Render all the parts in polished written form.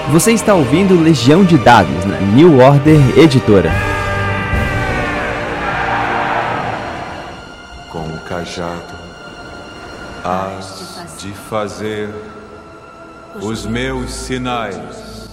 Você está ouvindo Legião de Dados na New Order Editora. Com o cajado hás de fazer os meus sinais.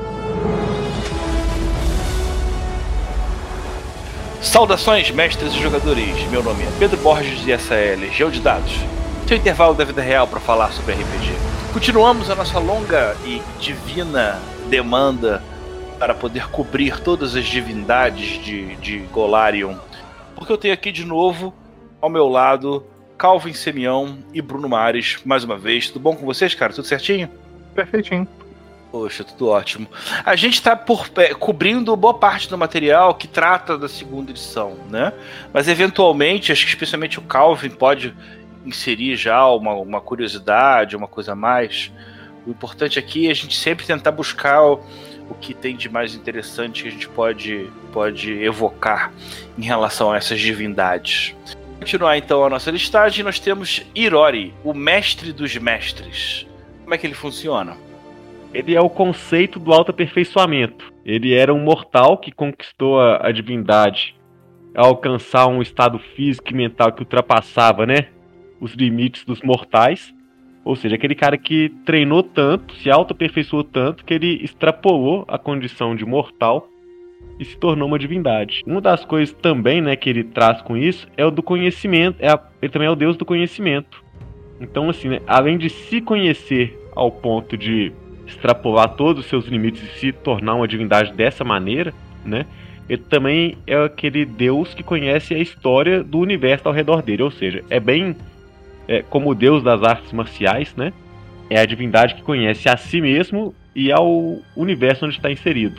Saudações, mestres e jogadores. Meu nome é Pedro Borges e essa é Legião de Dados, seu intervalo da vida real para falar sobre RPG. Continuamos a nossa longa e divina demanda para poder cobrir todas as divindades de Golarion, porque eu tenho aqui de novo ao meu lado Calvin Semião e Bruno Mares, mais uma vez. Tudo bom com vocês, cara? Tudo certinho? Perfeitinho. Poxa, tudo ótimo. A gente está cobrindo boa parte do material que trata da segunda edição, né? Mas eventualmente, acho que especialmente o Calvin pode inserir já uma curiosidade, uma coisa a mais. O importante aqui é a gente sempre tentar buscar o que tem de mais interessante que a gente pode evocar em relação a essas divindades. Continuar então a nossa listagem, nós temos Irori, o mestre dos mestres. Como é que ele funciona? Ele é o conceito do autoaperfeiçoamento. Ele era um mortal que conquistou a divindade a alcançar um estado físico e mental que ultrapassava, né, os limites dos mortais. Ou seja, aquele cara que treinou tanto, se autoaperfeiçoou tanto, que ele extrapolou a condição de mortal e se tornou uma divindade. Uma das coisas também, né, que ele traz com isso é o do conhecimento. Ele também é o deus do conhecimento. Então, assim, né, além de se conhecer ao ponto de extrapolar todos os seus limites e se tornar uma divindade dessa maneira, né, ele também é aquele deus que conhece a história do universo ao redor dele. Ou seja, é bem como o deus das artes marciais, né? É a divindade que conhece a si mesmo e ao universo onde está inserido.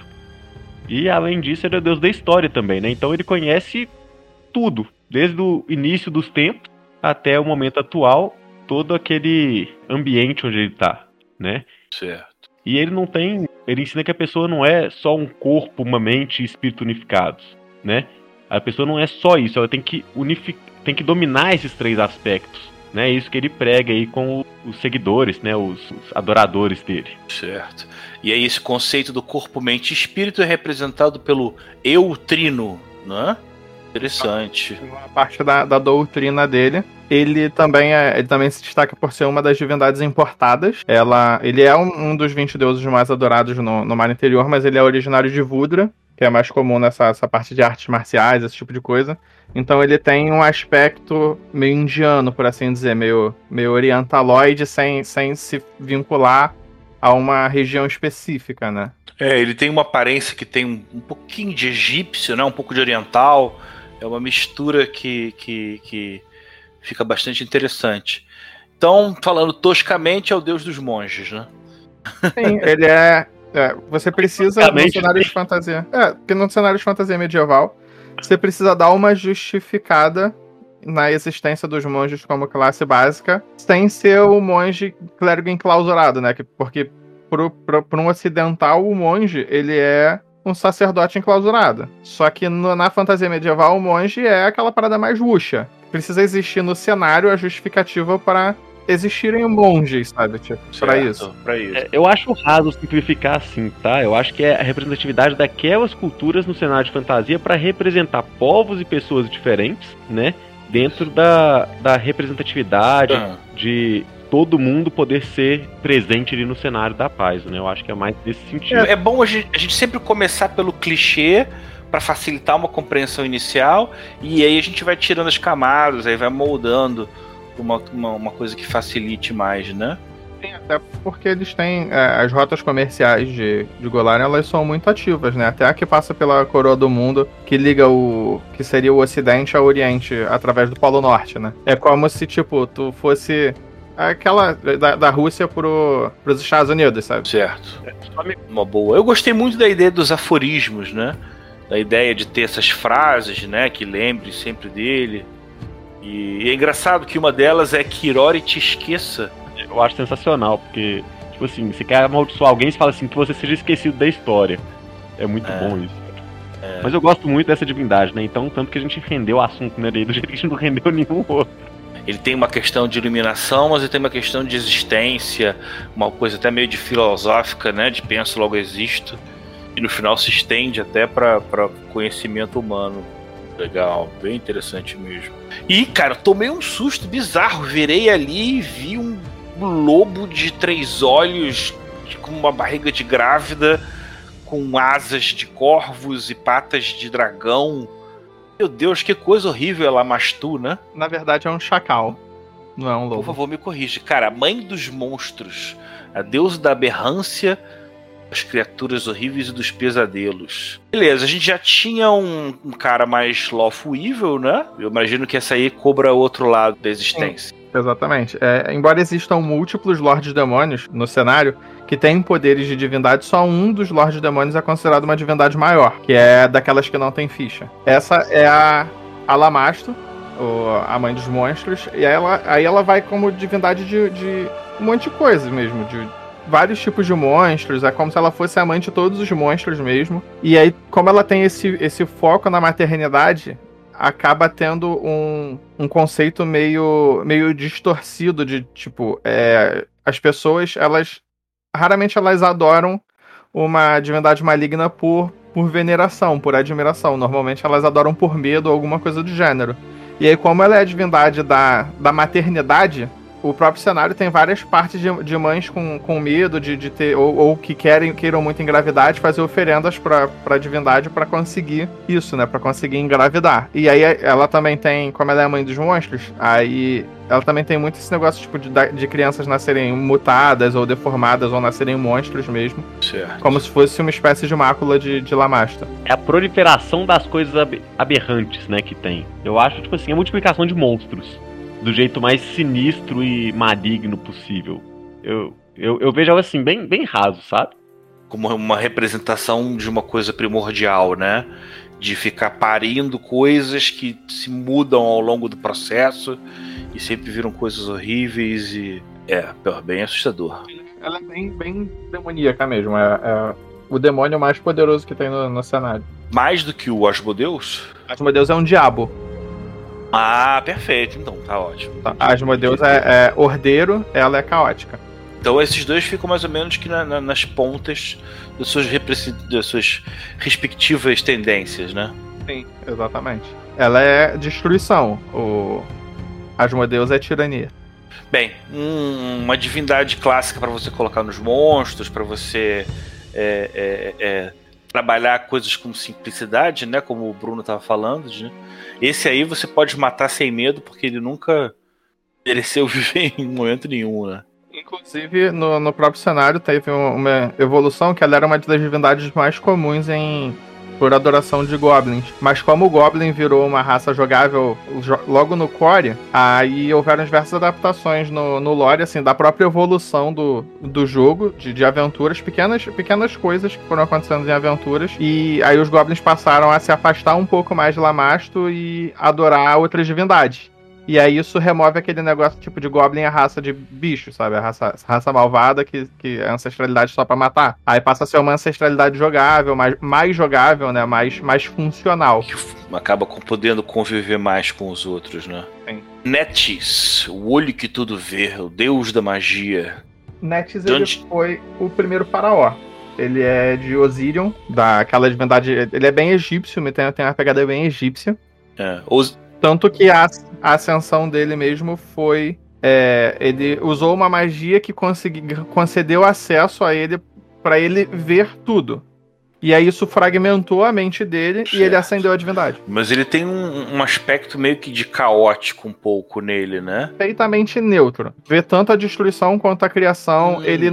E além disso, ele é o deus da história também, né? Então ele conhece tudo, desde o início dos tempos até o momento atual, todo aquele ambiente onde ele está, né? Certo. E ele ensina que a pessoa não é só um corpo, uma mente e espírito unificados, né? A pessoa não é só isso, ela tem que dominar esses três aspectos. É isso que ele prega aí com os seguidores, né, os adoradores dele. Certo. E aí esse conceito do corpo, mente e espírito é representado pelo eu trino, né? Interessante. Uma parte da doutrina dele. Ele também se destaca por ser uma das divindades importadas. Ele é um dos 20 deuses mais adorados no Mar Interior, mas ele é originário de Vudra, que é mais comum nessa parte de artes marciais, esse tipo de coisa. Então ele tem um aspecto meio indiano, por assim dizer, meio orientaloide, sem se vincular a uma região específica, né? Ele tem uma aparência que tem um pouquinho de egípcio, né? Um pouco de oriental. É uma mistura que fica bastante interessante. Então, falando toscamente, é o deus dos monges, né? Sim, ele você precisa, no cenário de fantasia... porque no cenário de fantasia medieval, você precisa dar uma justificada na existência dos monges como classe básica, sem ser o monge clérigo enclausurado, né? Porque para um ocidental, o monge, ele é um sacerdote enclausurado. Só que na fantasia medieval, o monge é aquela parada mais wuxia. Precisa existir no cenário a justificativa para existirem monges, sabe? Tipo, pra isso. Eu acho raso simplificar assim, tá? Eu acho que é a representatividade daquelas culturas no cenário de fantasia para representar povos e pessoas diferentes, né? Dentro da representatividade de todo mundo poder ser presente ali no cenário da paz, né? Eu acho que é mais nesse sentido. É bom a gente sempre começar pelo clichê para facilitar uma compreensão inicial, e aí a gente vai tirando as camadas, aí vai moldando uma coisa que facilite mais, né? Sim, até porque eles têm as rotas comerciais de Golarion, elas são muito ativas, né? Até a que passa pela Coroa do Mundo, que liga o que seria o Ocidente ao Oriente através do Polo Norte, né? É como se, tipo, tu fosse aquela da Rússia pros Estados Unidos, sabe? Certo. Uma boa. Eu gostei muito da ideia dos aforismos, né? Da ideia de ter essas frases, né? Que lembre sempre dele. E é engraçado que uma delas é que Irori te esqueça. Eu acho sensacional, porque, tipo assim, você quer amaldiçoar alguém e fala assim, que você seja esquecido da história. É muito bom isso. Mas eu gosto muito dessa divindade, né? Então, tanto que a gente rendeu o assunto, né, do jeito que a gente não rendeu nenhum outro. Ele tem uma questão de iluminação, mas ele tem uma questão de existência, uma coisa até meio de filosófica, né? De penso, logo existo. E no final se estende até para conhecimento humano. Legal, bem interessante mesmo. E, cara, tomei um susto bizarro. Virei ali e vi um lobo de 3 olhos, com uma barriga de grávida, com asas de corvos e patas de dragão. Meu Deus, que coisa horrível é Lamashtu, né? Na verdade é um chacal, não é um lobo. Por favor, me corrija. Cara, a mãe dos monstros, a deusa da aberrância, das criaturas horríveis e dos pesadelos. Beleza, a gente já tinha um cara mais lawful evil, né? Eu imagino que essa aí cobra outro lado da existência. Sim, exatamente. Embora existam múltiplos Lordes Demônios no cenário que têm poderes de divindade, só um dos Lordes Demônios é considerado uma divindade maior, que é daquelas que não tem ficha. Essa é a Lamashtu, a mãe dos monstros, e aí ela vai como divindade de um monte de coisas mesmo, de vários tipos de monstros, é como se ela fosse a mãe de todos os monstros mesmo. E aí, como ela tem esse foco na maternidade, acaba tendo um conceito meio distorcido de, tipo, as pessoas, raramente elas adoram uma divindade maligna por veneração, por admiração. Normalmente elas adoram por medo ou alguma coisa do gênero. E aí, como ela é a divindade da maternidade, o próprio cenário tem várias partes de mães com medo de ter, ou que queiram muito engravidar, de fazer oferendas pra divindade pra conseguir isso, né? Pra conseguir engravidar. E aí ela também tem, como ela é a mãe dos monstros, aí ela também tem muito esse negócio tipo de crianças nascerem mutadas ou deformadas ou nascerem monstros mesmo. Certo. Como se fosse uma espécie de mácula de Lamashtu. É a proliferação das coisas aberrantes, né, que tem. Eu acho, tipo assim, a multiplicação de monstros do jeito mais sinistro e maligno possível. Eu vejo algo assim, bem raso, sabe? Como uma representação de uma coisa primordial, né? De ficar parindo coisas que se mudam ao longo do processo e sempre viram coisas horríveis e... bem assustador. Ela é bem demoníaca mesmo. É o demônio mais poderoso que tem no cenário. Mais do que o Asmodeus? Asmodeus é um diabo. Ah, perfeito. Então, tá ótimo. Asmodeus é ordeiro, ela é caótica. Então esses dois ficam mais ou menos que nas pontas das suas respectivas tendências, né? Sim, exatamente. Ela é destruição. O Asmodeus é tirania. Bem, uma divindade clássica para você colocar nos monstros, para você trabalhar coisas com simplicidade, né? Como o Bruno estava falando, né? Esse aí você pode matar sem medo, porque ele nunca mereceu viver em momento nenhum, né? Inclusive, no próprio cenário teve uma evolução que ela era uma das divindades mais comuns por adoração de goblins. Mas como o goblin virou uma raça jogável logo no core, aí houveram diversas adaptações no lore, assim, da própria evolução do jogo, de aventuras, pequenas coisas que foram acontecendo em aventuras, e aí os goblins passaram a se afastar um pouco mais de Lamashtu e adorar outras divindades. E aí isso remove aquele negócio tipo de Goblin, a raça de bicho, sabe? A raça malvada que é ancestralidade só pra matar. Aí passa a ser uma ancestralidade jogável, mais jogável, né? Mais funcional. Que acaba podendo conviver mais com os outros, né? Sim. Netis, o olho que tudo vê, o deus da magia. Netis, ele foi o primeiro faraó. Ele é de Osirion, daquela divindade... Ele é bem egípcio, tem uma pegada bem egípcia. Tanto que a ascensão dele mesmo foi... ele usou uma magia que concedeu acesso a ele para ele ver tudo. E aí isso fragmentou a mente dele. Certo. E ele ascendeu a divindade. Mas ele tem um aspecto meio que de caótico um pouco nele, né? Perfeitamente neutro. Vê tanto a destruição quanto a criação. Ele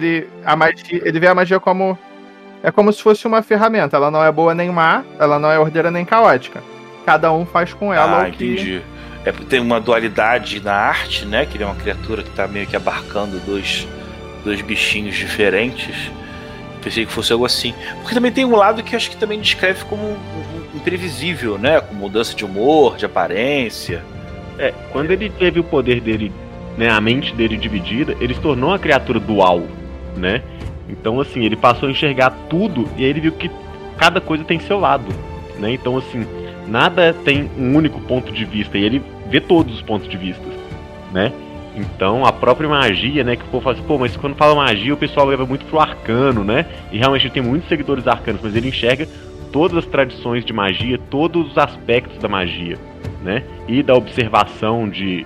vê a magia como... É como se fosse uma ferramenta. Ela não é boa nem má. Ela não é ordeira nem caótica. Cada um faz com ela o que... entendi. Tem uma dualidade na arte, né? Que ele é uma criatura que tá meio que abarcando dois bichinhos diferentes. Pensei que fosse algo assim. Porque também tem um lado que acho que também descreve como imprevisível, né? Com mudança de humor, de aparência. Quando ele teve o poder dele, né? A mente dele dividida, ele se tornou uma criatura dual, né? Então, assim, ele passou a enxergar tudo e aí ele viu que cada coisa tem seu lado, né? Então, assim... Nada tem um único ponto de vista, e ele vê todos os pontos de vista. né? Então, a própria magia, né, que o povo fala assim, pô, mas quando fala magia, o pessoal leva muito pro arcano, né? E realmente ele tem muitos seguidores arcanos, mas ele enxerga todas as tradições de magia, todos os aspectos da magia, né? E da observação de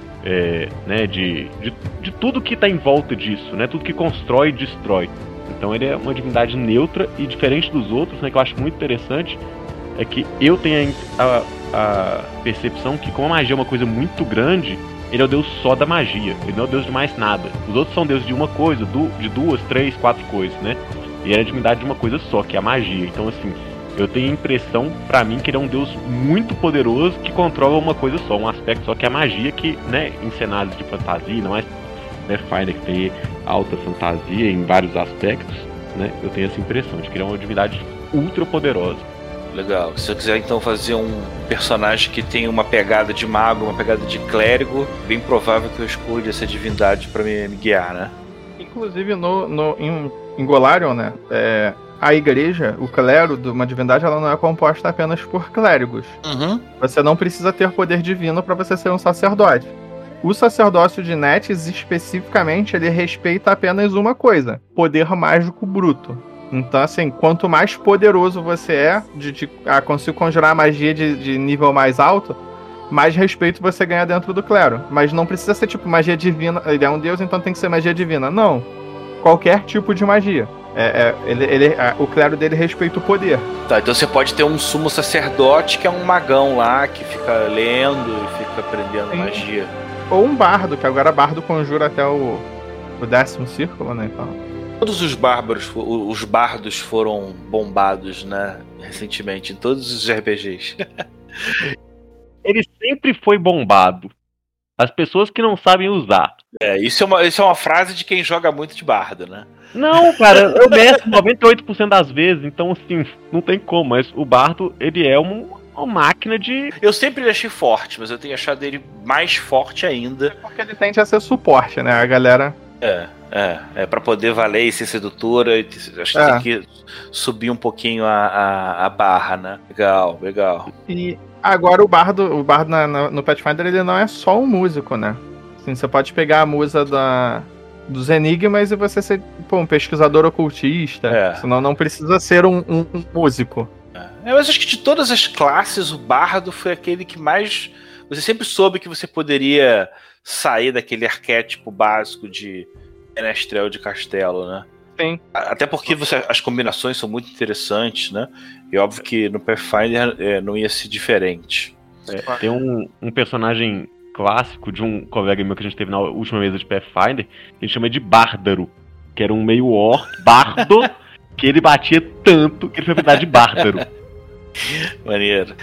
tudo que tá em volta disso, né? Tudo que constrói e destrói. Então ele é uma divindade neutra e diferente dos outros, né? Que eu acho muito interessante, é que eu tenho a percepção que como a magia é uma coisa muito grande, ele é o deus só da magia, ele não é o deus de mais nada. Os outros são deuses de uma coisa, de 2, 3, 4 coisas, né? E ele é a divindade de uma coisa só, que é a magia. Então, assim, eu tenho a impressão, pra mim, que ele é um deus muito poderoso que controla uma coisa só, um aspecto só, que é a magia, que, né, em cenários de fantasia, não é Pathfinder, que tem alta fantasia em vários aspectos, né? Eu tenho essa impressão de que ele é uma divindade ultra poderosa. Legal. Se eu quiser então fazer um personagem que tem uma pegada de mago, uma pegada de clérigo, bem provável que eu escolha essa divindade pra me guiar, né? Inclusive em Golarion, né? A igreja, o clero de uma divindade, ela não é composta apenas por clérigos. Uhum. Você não precisa ter poder divino para você ser um sacerdote. O sacerdócio de Netes, especificamente, ele respeita apenas uma coisa: poder mágico bruto. Então, assim, quanto mais poderoso você é, conseguir conjurar magia de nível mais alto, mais respeito você ganha dentro do clero. Mas não precisa ser tipo magia divina. Ele é um deus, então tem que ser magia divina. Não. Qualquer tipo de magia. O clero dele respeita o poder. Tá, então você pode ter um sumo sacerdote que é um magão lá, que fica lendo e fica aprendendo magia. Ou um bardo, que agora bardo conjura até o 10º círculo, né? Então. Todos os bardos foram bombados, né? Recentemente, em todos os RPGs. Ele sempre foi bombado. As pessoas que não sabem usar. Isso é uma frase de quem joga muito de bardo, né? Não, cara, eu meço 98% das vezes, então assim, não tem como, mas o bardo, ele é uma máquina de... Eu sempre achei forte, mas eu tenho achado ele mais forte ainda. É porque ele tende a ser suporte, né? A galera... pra poder valer e ser sedutora, acho que tem que subir um pouquinho a barra, né? Legal. E agora o bardo no Pathfinder, ele não é só um músico, né? Assim, você pode pegar a musa dos enigmas e você ser um pesquisador ocultista. Senão não precisa ser um músico. Mas acho que de todas as classes, o bardo foi aquele que mais... Você sempre soube que você poderia sair daquele arquétipo básico de menestrel de castelo, né? Sim. Até porque as combinações são muito interessantes, né? E óbvio que no Pathfinder não ia ser diferente. Tem um personagem clássico de um colega meu que a gente teve na última mesa de Pathfinder, que a gente chama de Bárdaro, que era um meio orc, bardo, que ele batia tanto que ele foi apelidado de Bárdaro. Maneiro.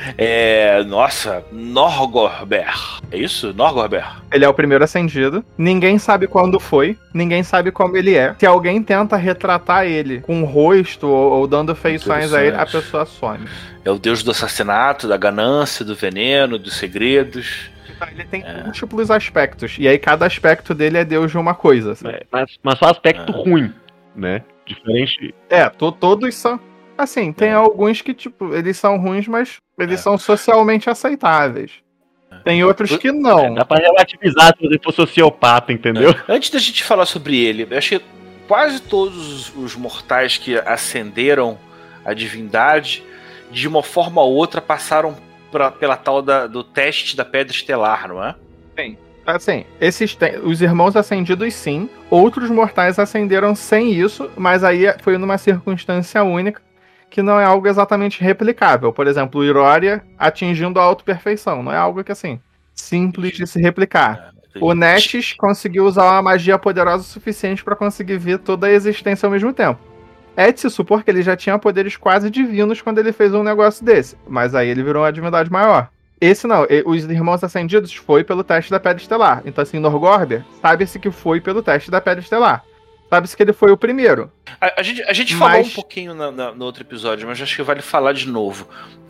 Nossa, Norgorber. É isso? Norgorber? Ele é o primeiro ascendido. Ninguém sabe quando foi. Ninguém sabe como ele é. Se alguém tenta retratar ele com o rosto ou dando feições a ele, a pessoa some. É o deus do assassinato, da ganância, do veneno, dos segredos. Ele tem múltiplos aspectos. E aí cada aspecto dele é deus de uma coisa. Mas só aspecto ruim, né? Diferente. Todos são... Assim, tem alguns que, tipo, eles são ruins, mas eles são socialmente aceitáveis. Tem outros que não. Dá pra relativizar se você for sociopata, entendeu? Antes da gente falar sobre ele, eu acho que quase todos os mortais que ascenderam a divindade, de uma forma ou outra, passaram pela tal do teste da Pedra Estelar, não é? Sim. Assim, os irmãos ascendidos, sim. Outros mortais ascenderam sem isso, mas aí foi numa circunstância única, que não é algo exatamente replicável. Por exemplo, o Iroria atingindo a autoperfeição. Não é algo que, assim, simples de se replicar. O Nestes conseguiu usar uma magia poderosa o suficiente para conseguir ver toda a existência ao mesmo tempo. É de se supor que ele já tinha poderes quase divinos quando ele fez um negócio desse. Mas aí ele virou uma divindade maior. Esse não. Os irmãos ascendidos foi pelo teste da Pedra Estelar. Então, assim, Norgorber, sabe-se que foi pelo teste da Pedra Estelar. Sabe-se que ele foi o primeiro. A gente falou um pouquinho no outro episódio, mas acho que vale falar de novo.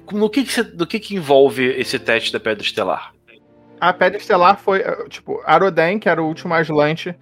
Do que envolve esse teste da Pedra Estelar? A Pedra Estelar foi, tipo, Aroden, que era o último Aslante,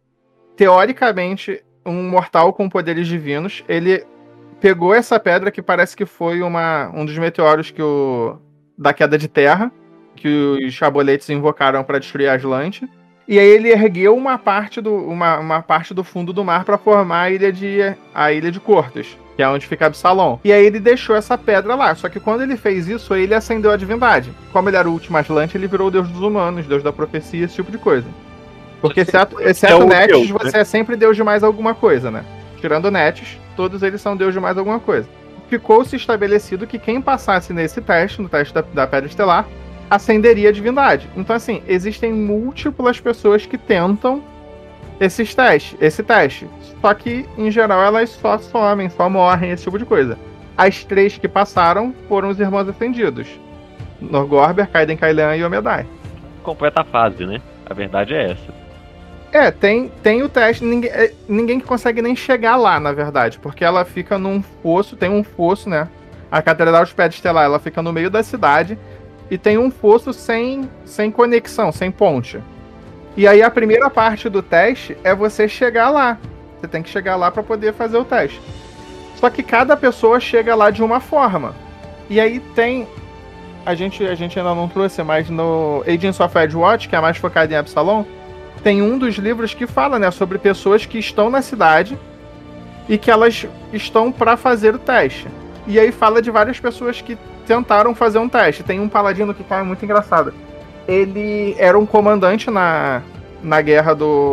teoricamente, um mortal com poderes divinos. Ele pegou essa pedra, que parece que foi um dos meteoros da queda de terra, que os chaboletes invocaram para destruir Aslante. E aí ele ergueu uma parte do fundo do mar para formar a ilha de Cortos, que é onde fica Absalom. E aí ele deixou essa pedra lá. Só que quando ele fez isso, ele acendeu a divindade. Como ele era o último Atlante, ele virou o deus dos humanos, deus da profecia, esse tipo de coisa. Porque exceto Netes, você é sempre deus de mais alguma coisa, né? Tirando Netes, todos eles são deus de mais alguma coisa. Ficou-se estabelecido que quem passasse nesse teste, no teste da Pedra Estelar, acenderia a divindade. Então, assim, existem múltiplas pessoas que tentam esse teste. Só que, em geral, elas só somem, só morrem, esse tipo de coisa. As 3 que passaram foram os irmãos ascendidos. Norgorber, Kaiden Kailan e Omedai. Completa a fase, né? A verdade é essa. Tem o teste, ninguém que consegue nem chegar lá, na verdade, porque ela fica num fosso, tem um fosso, né? A Catedral de Pedra Estelar, ela fica no meio da cidade, e tem um fosso sem conexão, sem ponte. E aí a primeira parte do teste é você chegar lá. Você tem que chegar lá para poder fazer o teste. Só que cada pessoa chega lá de uma forma. E aí tem... A gente ainda não trouxe, mas no Agents of Edgewatch, que é mais focado em Absalom, tem um dos livros que fala, né, sobre pessoas que estão na cidade e que elas estão para fazer o teste. E aí fala de várias pessoas que tentaram fazer um teste. Tem um paladino que é muito engraçado. Ele era um comandante na guerra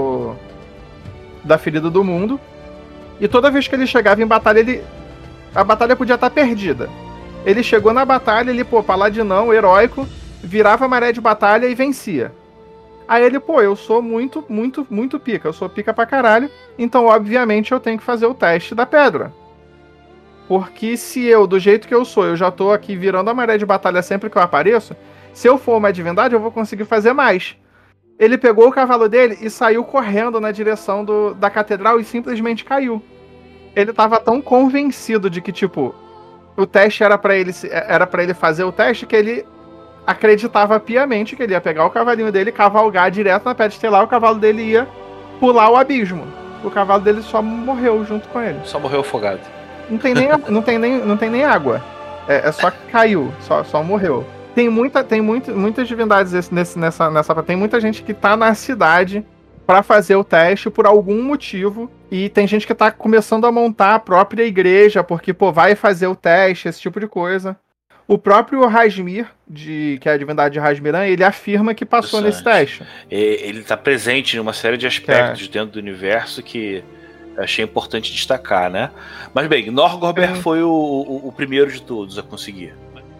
da Ferida do Mundo. E toda vez que ele chegava em batalha, a batalha podia estar perdida. Ele chegou na batalha, paladinão, heróico, virava a maré de batalha e vencia. Aí ele, eu sou muito, muito, muito pica. Eu sou pica pra caralho. Então, obviamente, eu tenho que fazer o teste da pedra. Porque se eu, do jeito que eu sou, eu já tô aqui virando a maré de batalha sempre que eu apareço, se eu for uma divindade, eu vou conseguir fazer mais. Ele pegou o cavalo dele e saiu correndo na direção da catedral e simplesmente caiu. Ele tava tão convencido de que, o teste era pra ele fazer o teste, que ele acreditava piamente que ele ia pegar o cavalinho dele, cavalgar direto na Pedra Estelar, o cavalo dele ia pular o abismo. O cavalo dele só morreu junto com ele. Só morreu afogado. Não tem nem água. Só caiu, só morreu. Tem muitas divindades nessa. Tem muita gente que tá na cidade pra fazer o teste por algum motivo. E tem gente que tá começando a montar a própria igreja, porque, vai fazer o teste, esse tipo de coisa. O próprio Rasmir, que é a divindade de Rasmiran, ele afirma que passou nesse teste. Ele tá presente em uma série de aspectos dentro do universo que achei importante destacar, né? Mas bem, Norgorber foi o primeiro de todos a conseguir.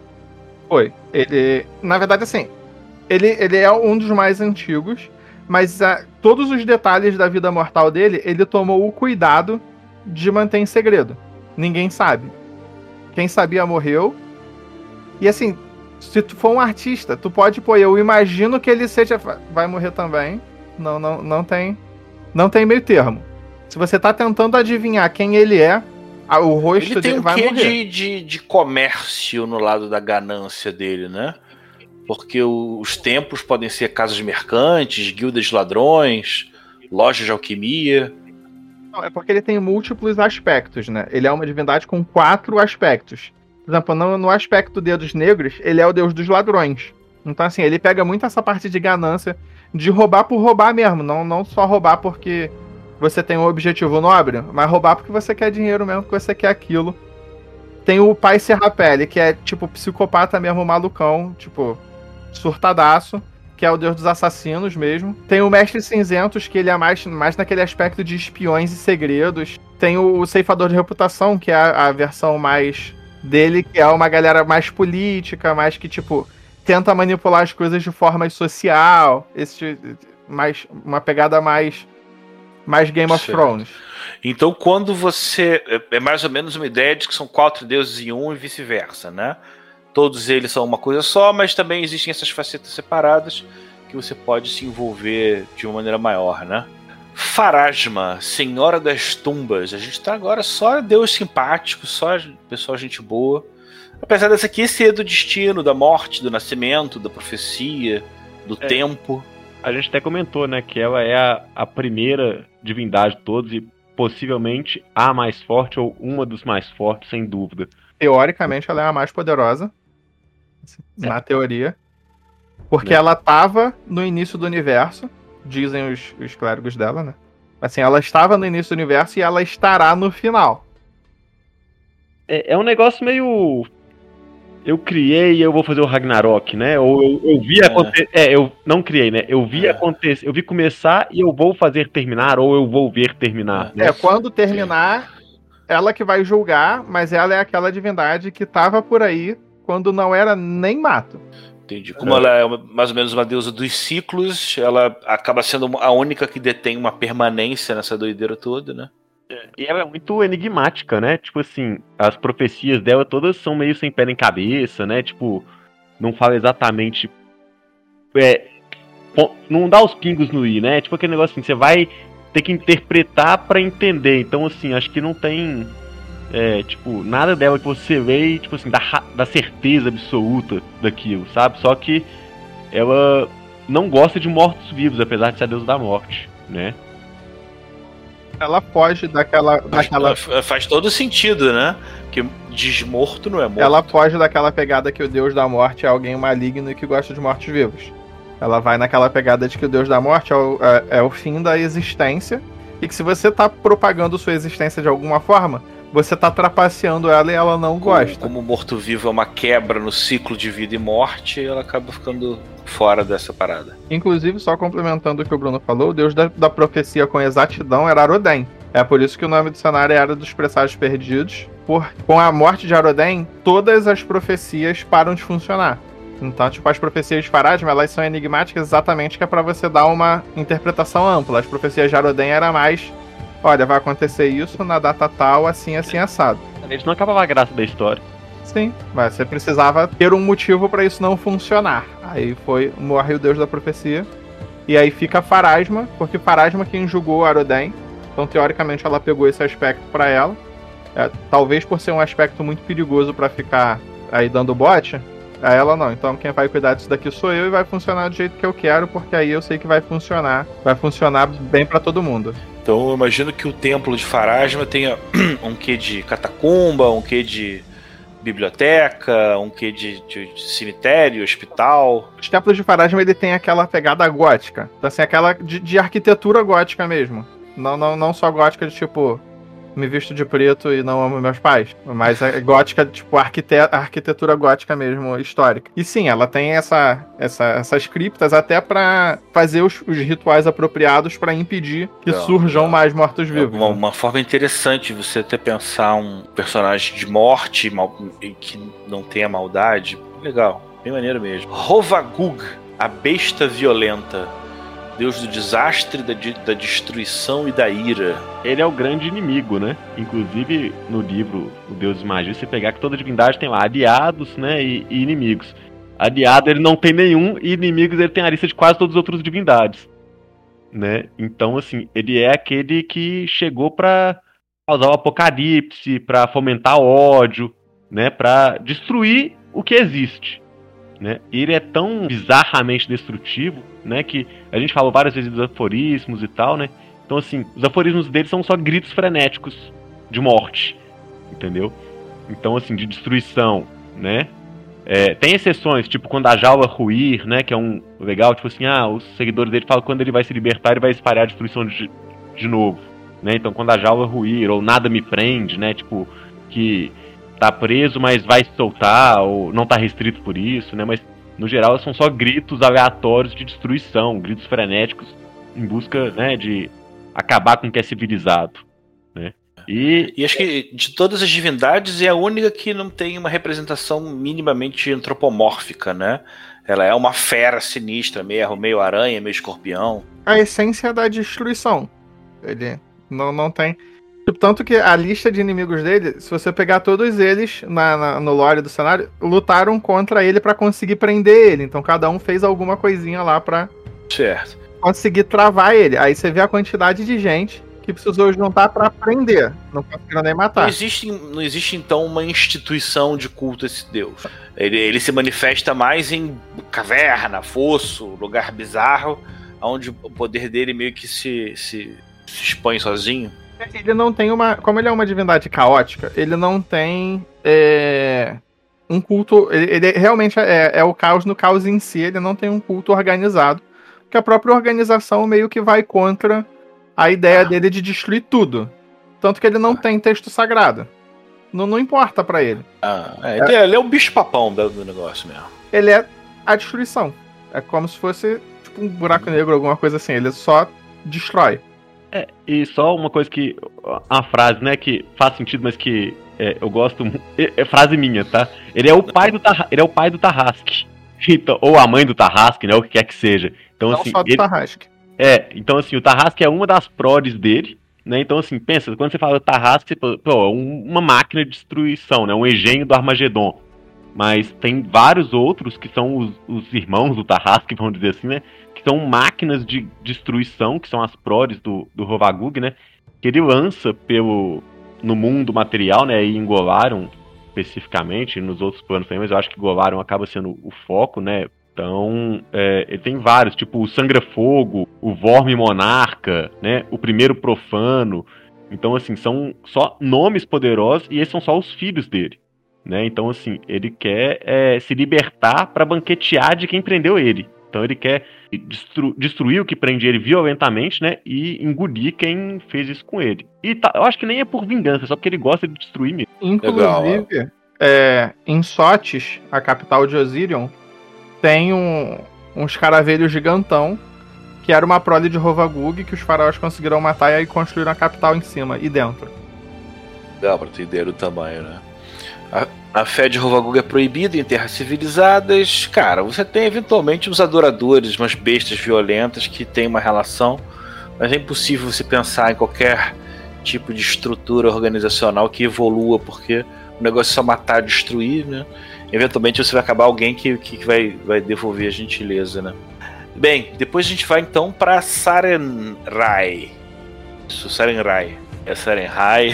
Foi. Ele, na verdade, assim, ele é um dos mais antigos, mas todos os detalhes da vida mortal dele, ele tomou o cuidado de manter em segredo. Ninguém sabe. Quem sabia morreu. E assim, se tu for um artista, tu pode eu imagino que ele seja... Vai morrer também. Não tem meio termo. Se você tá tentando adivinhar quem ele é, o rosto dele vai morrer. Ele tem de comércio no lado da ganância dele, né? Porque os templos podem ser casas mercantes, guildas de ladrões, lojas de alquimia. Não, é porque ele tem múltiplos aspectos, né? Ele é uma divindade com 4 aspectos. Por exemplo, no aspecto dedos negros, ele é o deus dos ladrões. Então, assim, ele pega muito essa parte de ganância, de roubar por roubar mesmo. Não só roubar porque você tem um objetivo nobre, mas roubar porque você quer dinheiro mesmo, porque você quer aquilo. Tem o Pai Serrapele, que é, psicopata mesmo, malucão, surtadaço, que é o deus dos assassinos mesmo. Tem o Mestre Cinzentos, que ele é mais naquele aspecto de espiões e segredos. Tem o Ceifador de Reputação, que é a versão mais dele, que é uma galera mais política, mais que, tenta manipular as coisas de forma social. Uma pegada mais Game of Thrones. Então, quando você... É mais ou menos uma ideia de que são 4 deuses em um e vice-versa, né? Todos eles são uma coisa só, mas também existem essas facetas separadas que você pode se envolver de uma maneira maior, né? Pharasma, Senhora das Tumbas. A gente tá agora só deus simpático, só pessoal gente boa. Apesar dessa aqui ser do destino, da morte, do nascimento, da profecia, do tempo. A gente até comentou, né, que ela é a primeira divindade de todos e possivelmente a mais forte ou uma dos mais fortes, sem dúvida. Teoricamente, ela é a mais poderosa. Na teoria. Porque ela tava no início do universo. dizem os clérigos dela, né? Assim, ela estava no início do universo e ela estará no final. É um negócio meio... Eu criei e eu vou fazer o Ragnarok, né? Ou eu vi acontecer... eu não criei, né? Eu vi acontecer, eu vi começar e eu vou fazer terminar, ou eu vou ver terminar. Né? Quando terminar, ela que vai julgar, mas ela é aquela divindade que estava por aí quando não era nem mato. Entendi. Como ela é mais ou menos uma deusa dos ciclos, ela acaba sendo a única que detém uma permanência nessa doideira toda, né? E ela é muito enigmática, né? Tipo assim, as profecias dela todas são meio sem pé nem cabeça, né? Tipo, não fala exatamente... não dá os pingos no i, né? Tipo aquele negócio assim, você vai ter que interpretar pra entender. Então, assim, acho que não tem... tipo, nada dela que você vê e, tipo assim, dá certeza absoluta daquilo, sabe? Só que ela não gosta de mortos-vivos, apesar de ser a deusa da morte, né? Ela foge daquela... Faz todo sentido, né? Que desmorto não é morto. Ela foge daquela pegada que o deus da morte é alguém maligno e que gosta de mortos-vivos. Ela vai naquela pegada de que o deus da morte é o fim da existência e que se você tá propagando sua existência de alguma forma, você tá trapaceando ela e ela não gosta. Como o morto-vivo é uma quebra no ciclo de vida e morte, ela acaba ficando fora dessa parada. Inclusive, só complementando o que o Bruno falou, o deus da profecia com exatidão era Aroden. É por isso que o nome do cenário era dos Presságios Perdidos. Com a morte de Aroden, todas as profecias param de funcionar. Então, tipo, as profecias de Pharasma, elas são enigmáticas exatamente que é pra você dar uma interpretação ampla. As profecias de Aroden era mais... Olha, vai acontecer isso na data tal, assim, assado. Eles não acabavam a graça da história. Sim, mas você precisava ter um motivo pra isso não funcionar. Aí morre o deus da profecia. E aí fica Pharasma, porque Pharasma quem julgou Aroden. Então, teoricamente, ela pegou esse aspecto pra ela. Talvez por ser um aspecto muito perigoso pra ficar aí dando bote. A ela não. Então, quem vai cuidar disso daqui sou eu e vai funcionar do jeito que eu quero, porque aí eu sei que vai funcionar. Vai funcionar bem pra todo mundo. Então eu imagino que o templo de Pharasma tenha um quê de catacumba, um quê de biblioteca, um quê de cemitério, hospital. Os templos de Pharasma, ele tem aquela pegada gótica. Então, assim, aquela de arquitetura gótica mesmo. Não só gótica de tipo... me visto de preto e não amo meus pais. Mas é gótica, tipo, a arquitetura gótica mesmo, histórica. E sim, ela tem essas criptas até pra fazer os rituais apropriados pra impedir que surjam mais mortos-vivos. Uma forma interessante você até pensar um personagem de morte que não tenha maldade. Legal, bem maneiro mesmo. Hovagug, a besta violenta. Deus do desastre, da destruição e da ira. Ele é o grande inimigo, né? Inclusive, no livro O Deus de Magia, você pegar que toda divindade tem lá aliados, né? E inimigos. Aliado ele não tem nenhum, e inimigos ele tem a lista de quase todas as outras divindades. Né? Então, assim, ele é aquele que chegou pra causar o apocalipse, pra fomentar ódio, né? Pra destruir o que existe. Né? Ele é tão bizarramente destrutivo, né, que a gente falou várias vezes dos aforismos e tal, né? Então, assim, os aforismos dele são só gritos frenéticos de morte, entendeu? Então, assim, de destruição, né? Tem exceções, tipo quando a jaula ruir, né, que é um legal, tipo assim, os seguidores dele falam que quando ele vai se libertar, ele vai espalhar a destruição de novo, né? Então, quando a jaula ruir, ou nada me prende, né, tipo, que tá preso, mas vai se soltar, ou não tá restrito por isso, né? Mas, no geral, são só gritos aleatórios de destruição, gritos frenéticos em busca, né, de acabar com o que é civilizado, né? E acho que de todas as divindades é a única que não tem uma representação minimamente antropomórfica, né? Ela é uma fera sinistra, meio aranha, meio escorpião. A essência da destruição. Ele não tem... Tanto que a lista de inimigos dele, se você pegar todos eles no lore do cenário, lutaram contra ele pra conseguir prender ele. Então cada um fez alguma coisinha lá pra conseguir travar ele. Aí você vê a quantidade de gente que precisou juntar pra prender. Não conseguiram nem matar. Não existe então uma instituição de culto a esse deus. Ele se manifesta mais em caverna, fosso, lugar bizarro, onde o poder dele meio que se expõe sozinho. Ele não tem como ele é uma divindade caótica, ele não tem um culto. Ele realmente é o caos no caos em si, ele não tem um culto organizado. que a própria organização meio que vai contra a ideia dele de destruir tudo. Tanto que ele não tem texto sagrado. Não importa pra ele. Ele é o bicho-papão do negócio mesmo. Ele é a destruição. É como se fosse tipo um buraco negro, alguma coisa assim. Ele só destrói. E só uma coisa que... Uma frase, né, que faz sentido, mas que eu gosto... É frase minha, tá? Ele é o pai do Tarrasque. Então, ou a mãe do Tarrasque, né, o que quer que seja. Então, não assim, só do Tarrasque. Então assim, o Tarrasque é uma das prodes dele, né? Então assim, pensa, quando você fala Tarrasque, você fala, pô, uma máquina de destruição, né? Um engenho do Armagedon. Mas tem vários outros que são os irmãos do Tarrasque, vamos dizer assim, né? Que são máquinas de destruição, que são as prodes do Rovagug, né? Que ele lança no mundo material, né? E em Golarion, especificamente, nos outros planos também, mas eu acho que Golarion acaba sendo o foco, né? Então, ele tem vários, tipo o Sangra-Fogo, o Vorme Monarca, né? O Primeiro Profano. Então, assim, são só nomes poderosos e esses são só os filhos dele, né? Então, assim, ele quer se libertar para banquetear de quem prendeu ele. Então, ele quer destruir o que prende ele violentamente, né? E engolir quem fez isso com ele. E eu acho que nem é por vingança, só porque ele gosta de destruir mesmo. Inclusive, em Sotes, a capital de Osirion, tem uns caravelhos gigantão, que era uma prole de Rovagug, que os faraós conseguiram matar e aí construíram a capital em cima e dentro. Dá pra entender o tamanho, né? A fé de Rovagug é proibida em terras civilizadas. Cara, você tem eventualmente os adoradores, umas bestas violentas que tem uma relação, mas é impossível você pensar em qualquer tipo de estrutura organizacional que evolua, porque o negócio é só matar, destruir, né? Eventualmente você vai acabar alguém que vai devolver a gentileza, né? Bem, depois a gente vai então para Sarenrae. Isso, Sarenrae. É Sarenrae.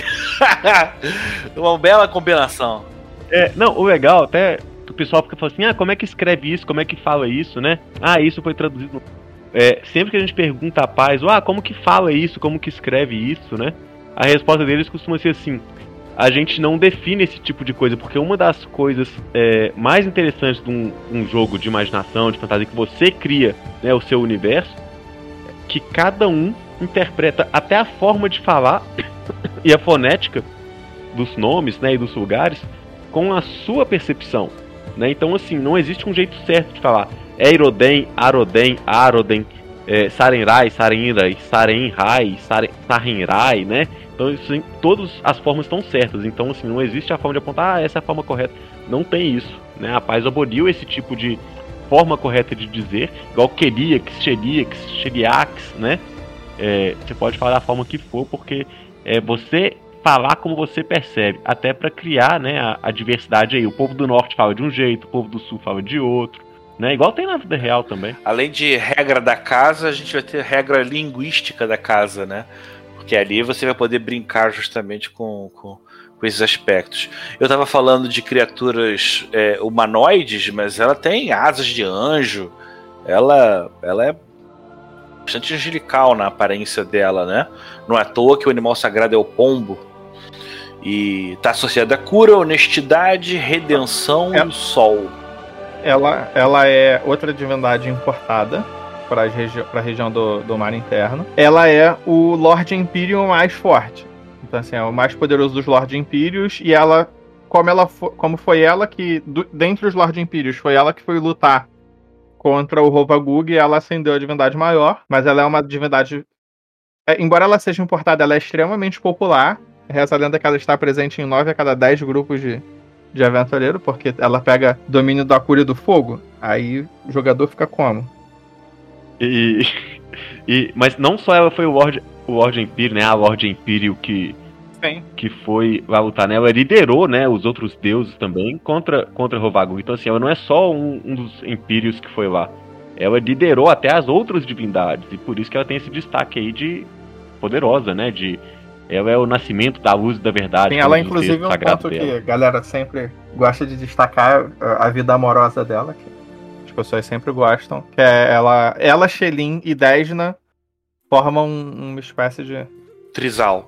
Uma bela combinação. Não, o legal, até o pessoal fica falando assim, como é que escreve isso, como é que fala isso, né? Isso foi traduzido. Sempre que a gente pergunta a Paz, como que fala isso, como que escreve isso, né? A resposta deles costuma ser assim: a gente não define esse tipo de coisa, porque uma das coisas mais interessantes de um jogo de imaginação, de fantasia, que você cria, né, o seu universo, que cada um interpreta até a forma de falar e a fonética dos nomes, né, e dos lugares com a sua percepção, né? Então, assim, não existe um jeito certo de falar. Eiroden, Aroden, Aroden, Sarenrae, Sarenrai, Sarenrai, Sarenrai, né? Então, assim, todas as formas estão certas. Então, assim, não existe a forma de apontar, essa é a forma correta. Não tem isso, né? A Paz aboliu esse tipo de forma correta de dizer, igual Queriax, Xeriax, Xeriax, né? Você pode falar da forma que for, porque você falar como você percebe, até para criar, né, a diversidade aí. O povo do norte fala de um jeito, o povo do sul fala de outro, né? Igual tem na vida real também. Além de regra da casa, a gente vai ter regra linguística da casa, né? Porque ali você vai poder brincar justamente com esses aspectos. Eu tava falando de criaturas humanoides, mas ela tem asas de anjo. Ela é bastante angelical na aparência dela, né? Não é à toa que o animal sagrado é o pombo. E tá associada a cura, honestidade, redenção e o sol. Ela é outra divindade importada para a região do mar interno. Ela é o Lord Imperium mais forte. Então, assim, é o mais poderoso dos Lord Imperios. E ela, como foi ela que, dentre os Lord Imperios, foi ela que foi lutar contra o Rovagug, e ela ascendeu a divindade maior. Mas ela é uma divindade... embora ela seja importada, ela é extremamente popular. Reza a lenda que ela está presente em 9 a cada 10 grupos de aventureiro, porque ela pega domínio da cura e do fogo. Aí o jogador fica como? Mas não só ela foi o Lord Imperium, né? A Lord Imperium que foi lá lutar, né? Ela liderou, né, os outros deuses também contra Rovagug. Então, assim, ela não é só um dos Impérios que foi lá. Ela liderou até as outras divindades. E por isso que ela tem esse destaque aí de poderosa, né? Ela é o nascimento da luz e da verdade. Sim, ela inclusive é um ponto que a galera sempre gosta de destacar, a vida amorosa dela, que as pessoas sempre gostam, que é ela, Shelin e Desna formam uma espécie de... Trisal.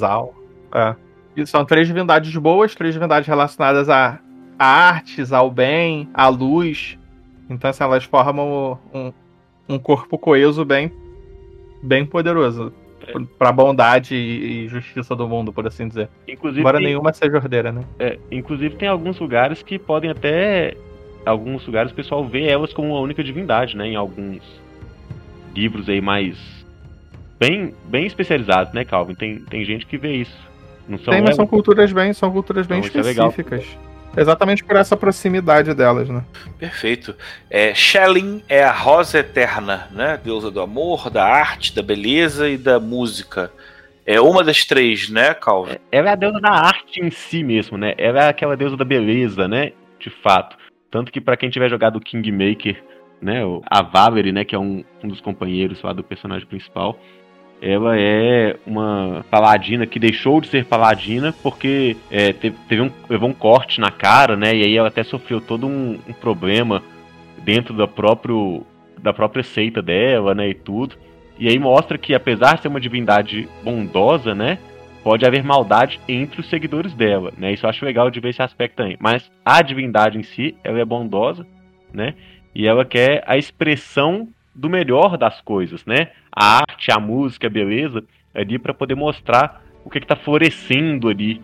E são 3 divindades boas, 3 divindades relacionadas a artes, ao bem, à luz. Então, assim, elas formam um corpo coeso bem poderoso. Pra bondade e justiça do mundo, por assim dizer. Inclusive, embora nenhuma seja ordeira, né? Inclusive tem alguns lugares que podem até... Alguns lugares o pessoal vê elas como uma única divindade, né? Em alguns livros aí mais... Bem especializados, né, Calvin? Tem gente que vê isso. Não são mas são culturas bem específicas. Exatamente por essa proximidade delas, né? Perfeito. Shelyn é a rosa eterna, né? Deusa do amor, da arte, da beleza e da música. É uma das três, né, Calvin? Ela é a deusa da arte em si mesmo, né? Ela é aquela deusa da beleza, né? De fato. Tanto que pra quem tiver jogado o Kingmaker, né? A Valerie, né? Que é um dos companheiros lá do personagem principal. Ela é uma paladina que deixou de ser paladina porque levou um corte na cara, né? E aí ela até sofreu todo um problema dentro da própria seita dela, né? E tudo. E aí mostra que, apesar de ser uma divindade bondosa, né? Pode haver maldade entre os seguidores dela, né? Isso eu acho legal de ver esse aspecto também. Mas a divindade em si, ela é bondosa, né? E ela quer a expressão do melhor das coisas, né? A arte, a música, a beleza, ali para poder mostrar o que está florescendo ali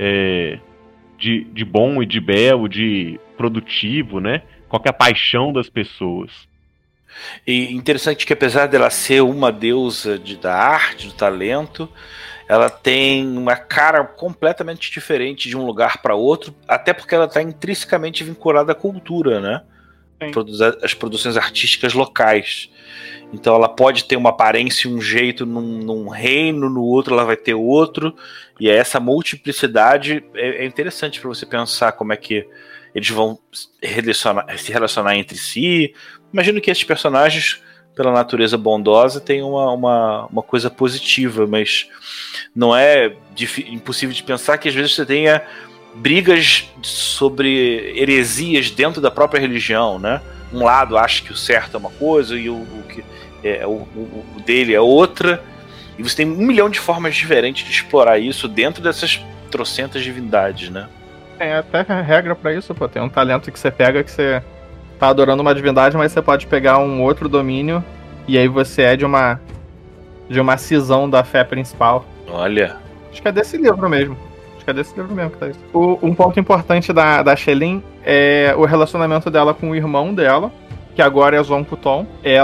de bom e de belo, de produtivo, né? Qual que é a paixão das pessoas. E interessante que, apesar dela ser uma deusa da arte, do talento, ela tem uma cara completamente diferente de um lugar para outro, até porque ela está intrinsecamente vinculada à cultura, né? As produções artísticas locais. Então ela pode ter uma aparência e um jeito num reino, no outro ela vai ter outro, e essa multiplicidade é interessante para você pensar como é que eles vão se relacionar entre si. Imagino que esses personagens, pela natureza bondosa, têm uma coisa positiva, mas não é impossível de pensar que às vezes você tenha brigas sobre heresias dentro da própria religião, né? Um lado acha que o certo é uma coisa e o dele é outra, e você tem 1 milhão de formas diferentes de explorar isso dentro dessas trocentas divindades, né? Tem até regra pra isso, pô. Tem um talento que você pega que você tá adorando uma divindade, mas você pode pegar um outro domínio e aí você é de uma cisão da fé principal. Olha. Acho que é desse livro mesmo. Que tá isso. Um ponto importante da Shelyn é o relacionamento dela com o irmão dela, que agora é Zonkuton.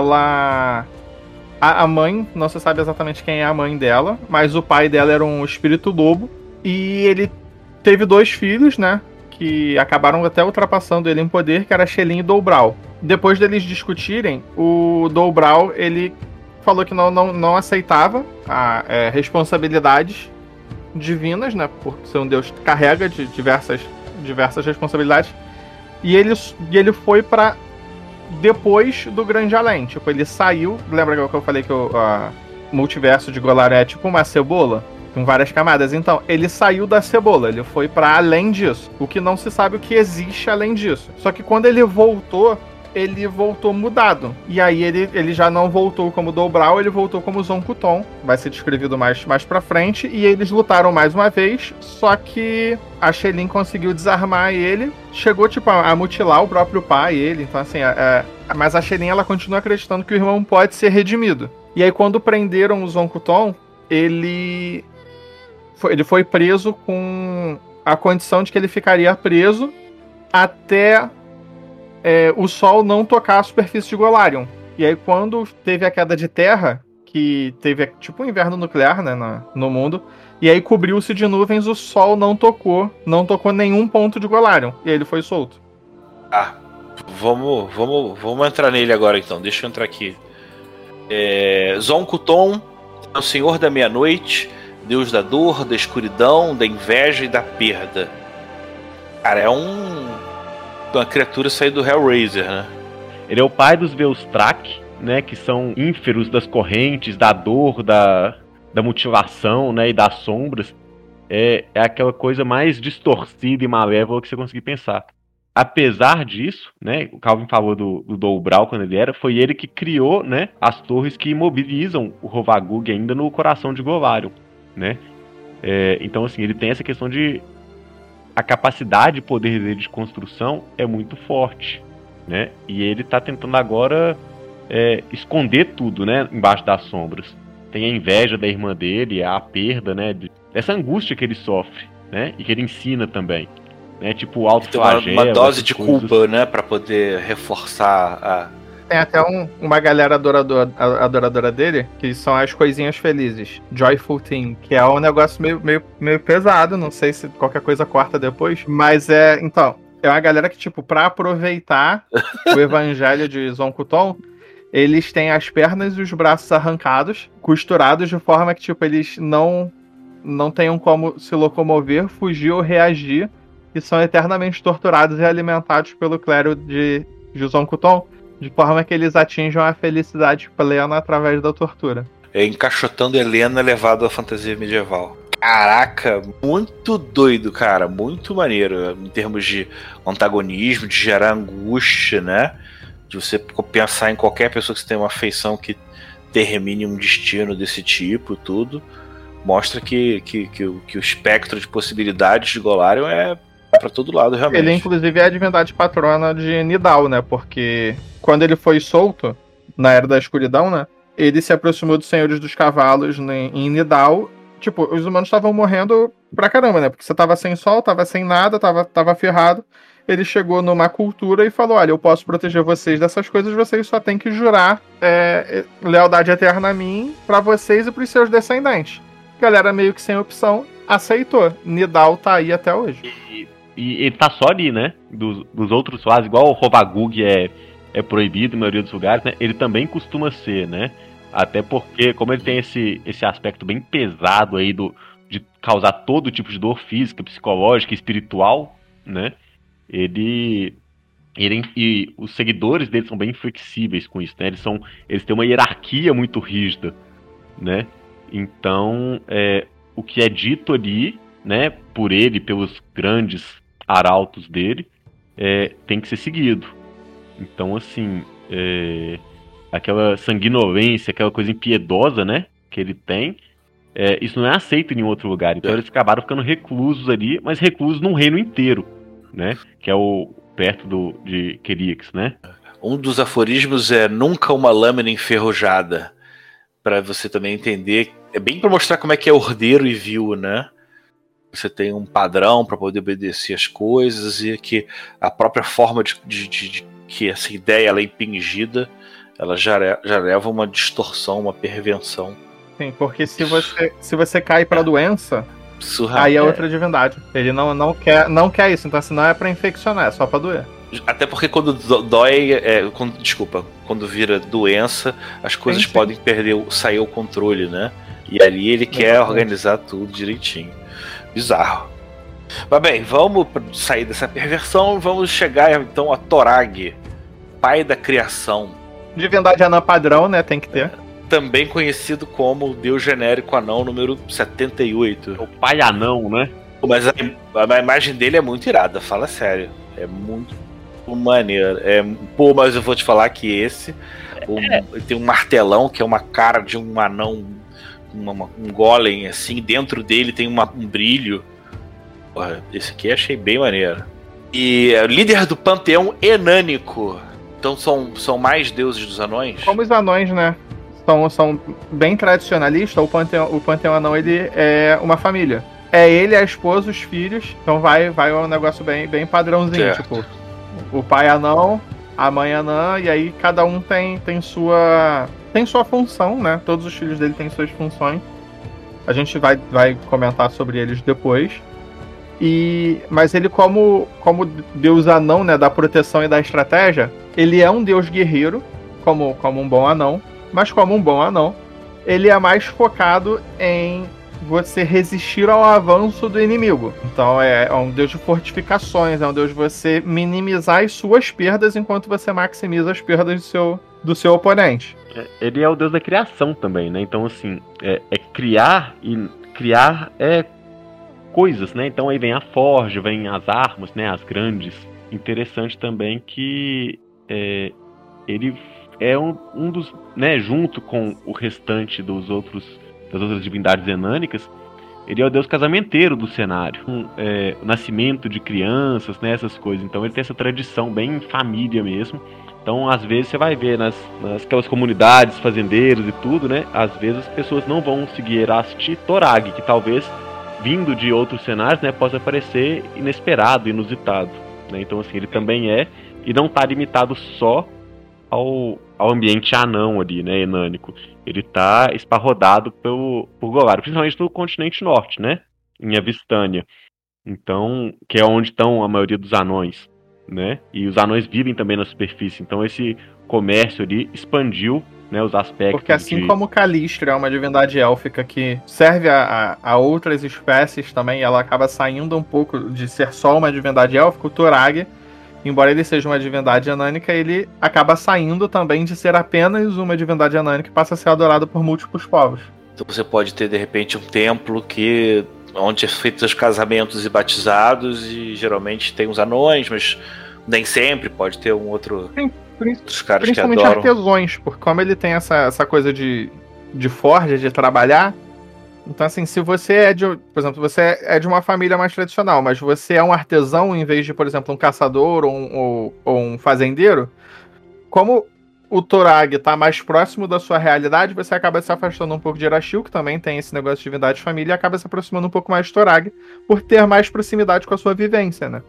A mãe, não se sabe exatamente quem é a mãe dela, mas o pai dela era um espírito lobo, e ele teve 2 filhos, né, que acabaram até ultrapassando ele em poder, que era Shelyn e Dobrau. Depois deles discutirem, o Dobrau, ele falou que não aceitava responsabilidades divinas, né, porque ser um deus carrega de diversas responsabilidades, e ele foi pra depois do Grande Além. Tipo, ele saiu, lembra que eu falei que o multiverso de Golarion é tipo uma cebola com várias camadas? Então, ele saiu da cebola, ele foi pra além disso, o que não se sabe o que existe além disso. Só que quando ele voltou mudado. E aí ele já não voltou como Dobrau, ele voltou como Zonkuton. Vai ser descrevido mais pra frente. E eles lutaram mais uma vez, só que a Shelyn conseguiu desarmar ele. Chegou, tipo, a mutilar o próprio pai, ele. Então, assim, mas a Shelyn, ela continua acreditando que o irmão pode ser redimido. E aí, quando prenderam o Zonkuton, ele foi preso com a condição de que ele ficaria preso até o Sol não tocar a superfície de Golarion. E aí, quando teve a queda de terra, que teve tipo um inverno nuclear, né, no mundo, e aí cobriu-se de nuvens, o Sol não tocou nenhum ponto de Golarion. E aí ele foi solto. Vamos entrar nele agora, então. Deixa eu entrar aqui. Zonkuton é o Senhor da Meia-Noite, Deus da dor, da escuridão, da inveja e da perda. Cara, é uma criatura saída do Hellraiser, né? Ele é o pai dos Veustrak, né? Que são ínferos das correntes, da dor, da mutilação, né? E das sombras. É aquela coisa mais distorcida e malévola que você conseguir pensar. Apesar disso, né? O Calvin falou do Dobrau quando foi ele que criou, né? As torres que imobilizam o Rovagug ainda no coração de Golarion, né? Então, assim, ele tem essa questão de... A capacidade de poder dele de construção é muito forte, né? E ele tá tentando agora esconder tudo, né, embaixo das sombras. Tem a inveja da irmã dele, a perda, né, dessa angústia que ele sofre, né, e que ele ensina também, né, tipo autoflagelo, uma dose de culpa, né, para poder reforçar a... Tem até uma galera adoradora dele, que são as coisinhas felizes, Joyful Team, que é um negócio meio pesado, não sei se qualquer coisa corta depois, mas então, é uma galera que, tipo, pra aproveitar o evangelho de Zonkuton, eles têm as pernas e os braços arrancados, costurados de forma que, tipo, eles não tenham como se locomover, fugir ou reagir, e são eternamente torturados e alimentados pelo clero de Zonkuton, de forma que eles atinjam a felicidade plena através da tortura. Encaixotando Helena levado à fantasia medieval. Caraca, muito doido, cara. Muito maneiro em termos de antagonismo, de gerar angústia, né? De você pensar em qualquer pessoa que tem uma afeição que termine um destino desse tipo, tudo. Mostra que o espectro de possibilidades de Golarion é pra todo lado, realmente. Ele, inclusive, é a divindade patrona de Nidal, né? Porque quando ele foi solto, na Era da Escuridão, né? Ele se aproximou dos Senhores dos Cavalos em Nidal. Tipo, os humanos estavam morrendo pra caramba, né? Porque você tava sem sol, tava sem nada, tava ferrado. Ele chegou numa cultura e falou, olha, eu posso proteger vocês dessas coisas, vocês só tem que jurar lealdade eterna a mim, pra vocês e pros seus descendentes. Galera meio que sem opção, aceitou. Nidal tá aí até hoje. E ele tá só ali, né? Dos outros lados, igual o Rovagug é proibido na maioria dos lugares, né? Ele também costuma ser, né? Até porque, como ele tem esse aspecto bem pesado aí de causar todo tipo de dor física, psicológica, espiritual, né? E os seguidores dele são bem flexíveis com isso, né? Eles têm uma hierarquia muito rígida, né? Então, o que é dito ali, né, por ele, pelos grandes arautos dele, tem que ser seguido. Então, assim, aquela sanguinolência, aquela coisa impiedosa, né, que ele tem, isso não é aceito em nenhum outro lugar. Então eles acabaram ficando reclusos ali, mas reclusos num reino inteiro, né, que é perto de Querix, né. Um dos aforismos é nunca uma lâmina enferrujada, para você também entender, é bem para mostrar como é que é ordeiro e vil, né. Você tem um padrão para poder obedecer as coisas e que a própria forma de que essa ideia ela é impingida, ela já leva uma distorção, uma pervenção. Sim, porque se você cai para doença, surreal. Aí é outra divindade. Ele não quer isso, então assim, não é para infeccionar, é só para doer. Até porque quando dói, quando vira doença, as coisas podem sair ao controle, né? E ali ele quer organizar tudo direitinho. Bizarro. Mas bem, vamos sair dessa perversão, vamos chegar então a Torag, pai da criação. Divindade anã padrão, né? Tem que ter. Também conhecido como Deus genérico anão número 78. O pai anão, né? Mas a imagem dele é muito irada, fala sério. É muito maneiro. Mas eu vou te falar que esse tem um martelão que é uma cara de um anão, um golem assim, dentro dele tem um brilho. Porra, esse aqui eu achei bem maneiro. E é o líder do panteão enânico. Então são mais deuses dos anões? Como os anões, né? São bem tradicionalistas. O panteão anão, ele é uma família. É ele, a esposa, os filhos. Então vai um negócio bem padrãozinho. Certo. Tipo, o pai anão, a mãe anã, e aí cada um tem sua função, né? Todos os filhos dele têm suas funções. A gente vai comentar sobre eles depois. Mas ele, como deus anão, né, da proteção e da estratégia, ele é um deus guerreiro, como um bom anão. Mas como um bom anão, ele é mais focado em você resistir ao avanço do inimigo. Então é um deus de fortificações, é um deus de você minimizar as suas perdas enquanto você maximiza as perdas do seu oponente. Ele é o deus da criação também, né? Então, assim, criar coisas, né? Então aí vem a forja, vem as armas, né? As grandes. Interessante também que ele é um dos, né, junto com o restante das outras divindades enânicas, ele é o deus casamenteiro do cenário. O nascimento de crianças, né, essas coisas. Então ele tem essa tradição bem família mesmo. Então, às vezes, você vai ver aquelas comunidades, fazendeiros e tudo, né? Às vezes as pessoas não vão seguir Erasti Torag, que talvez, vindo de outros cenários, né, possa parecer inesperado, inusitado. Né? Então, assim, ele também e não está limitado só ao ambiente anão ali, né, enânico. Ele está esparrodado por Golarion, principalmente no continente norte, né? Em Avistânia. Então, que é onde estão a maioria dos anões. Né? E os anões vivem também na superfície, então esse comércio ali expandiu, né, os aspectos. Porque assim como Calistro é uma divindade élfica que serve a outras espécies também, ela acaba saindo um pouco de ser só uma divindade élfica. O Torag, embora ele seja uma divindade anânica, ele acaba saindo também de ser apenas uma divindade anânica e passa a ser adorado por múltiplos povos. Então você pode ter de repente um templo onde é feitos os casamentos e batizados, e geralmente tem os anões, mas nem sempre, pode ter um outro. Os caras principalmente que adoram. Artesões, porque como ele tem essa coisa de forja, de trabalhar, então assim, se você por exemplo, você é de uma família mais tradicional, mas você é um artesão em vez de, por exemplo, um caçador ou um fazendeiro, como o Torag tá mais próximo da sua realidade, você acaba se afastando um pouco de Erashil, que também tem esse negócio de divindade de família, e acaba se aproximando um pouco mais de Torag, por ter mais proximidade com a sua vivência, né?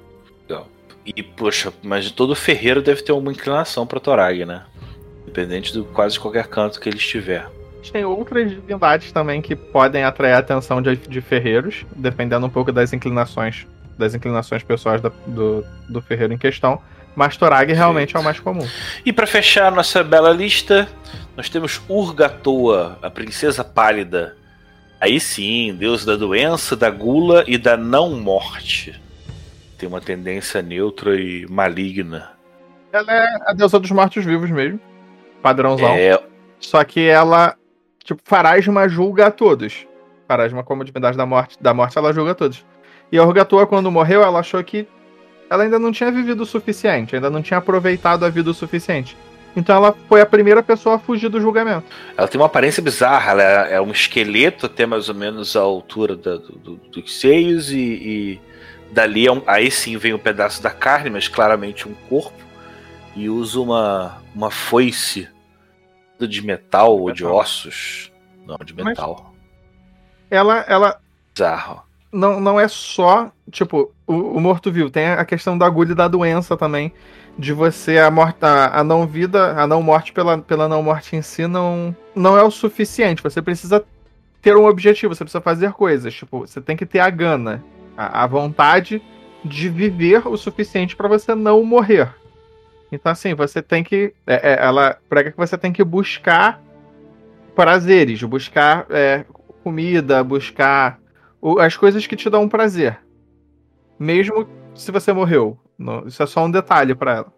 E, poxa, mas todo ferreiro deve ter uma inclinação pra Torag, né? Independente de quase qualquer canto que ele estiver. Tem outras divindades também que podem atrair a atenção de ferreiros, dependendo um pouco das inclinações pessoais do ferreiro em questão. Mas Torag realmente é o mais comum. E para fechar nossa bela lista, nós temos Urgatoa, a princesa pálida. Aí sim, deus da doença, da gula e da não-morte. Tem uma tendência neutra e maligna. Ela é a deusa dos mortos-vivos mesmo. Padrãozão. Só que ela, tipo, Pharasma julga a todos. Pharasma, como divindade da morte, ela julga a todos. E a Urgatoa, quando morreu, ela achou que ela ainda não tinha vivido o suficiente, ainda não tinha aproveitado a vida o suficiente. Então ela foi a primeira pessoa a fugir do julgamento. Ela tem uma aparência bizarra, ela é um esqueleto até mais ou menos a altura dos seios e dali aí sim vem um pedaço da carne, mas claramente um corpo, e usa uma foice de metal ou de ossos. Não, de metal. Mas ela bizarro. Não é só, tipo, o morto-vivo. Tem a questão da agulha e da doença também. De você, a não morte pela não morte em si não é o suficiente. Você precisa ter um objetivo, você precisa fazer coisas. Tipo, você tem que ter a gana, a vontade de viver o suficiente para você não morrer. Então, assim, você tem que. Ela prega que você tem que buscar prazeres, buscar comida, buscar as coisas que te dão prazer. Mesmo se você morreu. Isso é só um detalhe pra ela.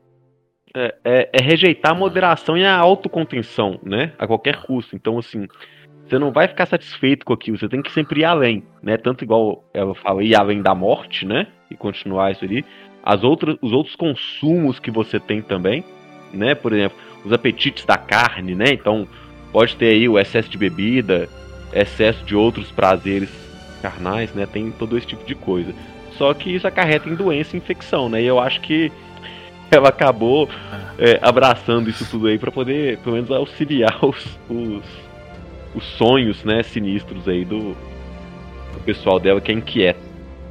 É rejeitar a moderação e a autocontenção, né? A qualquer custo. Então, assim, você não vai ficar satisfeito com aquilo. Você tem que sempre ir além, né? Tanto igual ela fala, ir além da morte, né? E continuar isso ali. Os outros consumos que você tem também, né? Por exemplo, os apetites da carne, né? Então, pode ter aí o excesso de bebida, excesso de outros prazeres carnais, né? Tem todo esse tipo de coisa. Só que isso acarreta em doença e infecção, né? E eu acho que ela acabou abraçando isso tudo aí para poder, pelo menos, auxiliar os sonhos, né, sinistros aí do pessoal dela que é inquieto.